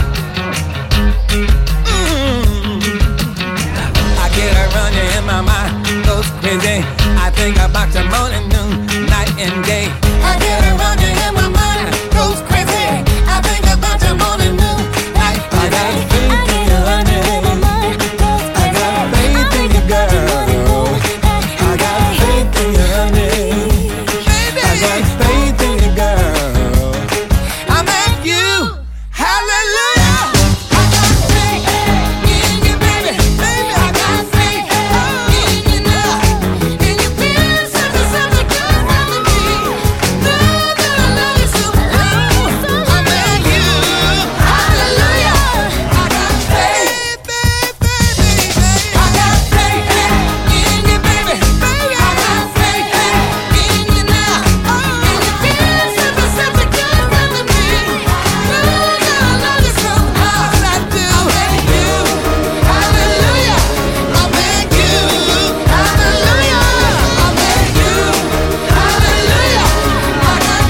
Mm. I get a running in my mind, goes crazy. I think about your morning, noon, night and day. I get a running in my mind, goes crazy. I think about your morning, noon, night and day. I got faith in you, honey. I got faith in you, girl. I got faith in you, honey. I got faith in you, girl. I met you. Hallelujah. I got faith in you, baby. Baby, I got faith in you now. And you've been such a, such a good friend to me. Know that I love you so much. I met you. Hallelujah. I got faith, baby, baby. I got faith in you, baby. Baby, I got faith in you now. And you've been such a, such a good friend to me. Know that I love you so much. I do. I met you. Hallelujah. I met you. Hallelujah. I met you. Hallelujah. I got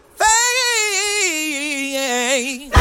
faith.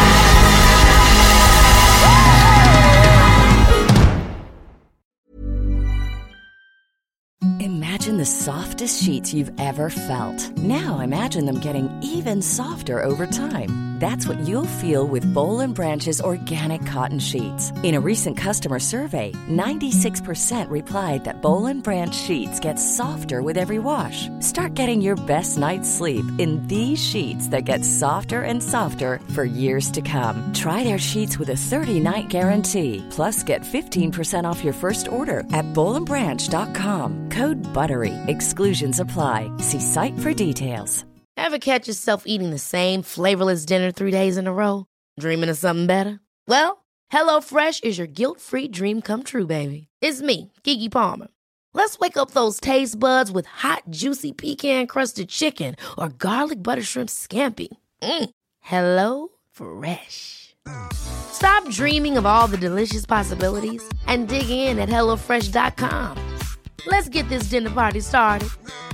Imagine the softest sheets you've ever felt. Now imagine them getting even softer over time. That's what you'll feel with Boll and Branch's organic cotton sheets. In a recent customer survey, ninety-six percent replied that Boll and Branch sheets get softer with every wash. Start getting your best night's sleep in these sheets that get softer and softer for years to come. Try their sheets with a thirty-night guarantee. Plus, get fifteen percent off your first order at boll and branch dot com. Code BUTTERY. Exclusions apply. See site for details. Ever catch yourself eating the same flavorless dinner three days in a row? Dreaming of something better? Well, HelloFresh is your guilt-free dream come true, baby. It's me, Keke Palmer. Let's wake up those taste buds with hot, juicy pecan-crusted chicken or garlic butter shrimp scampi. Mm. Hello Fresh. Stop dreaming of all the delicious possibilities and dig in at hello fresh dot com. Let's get this dinner party started.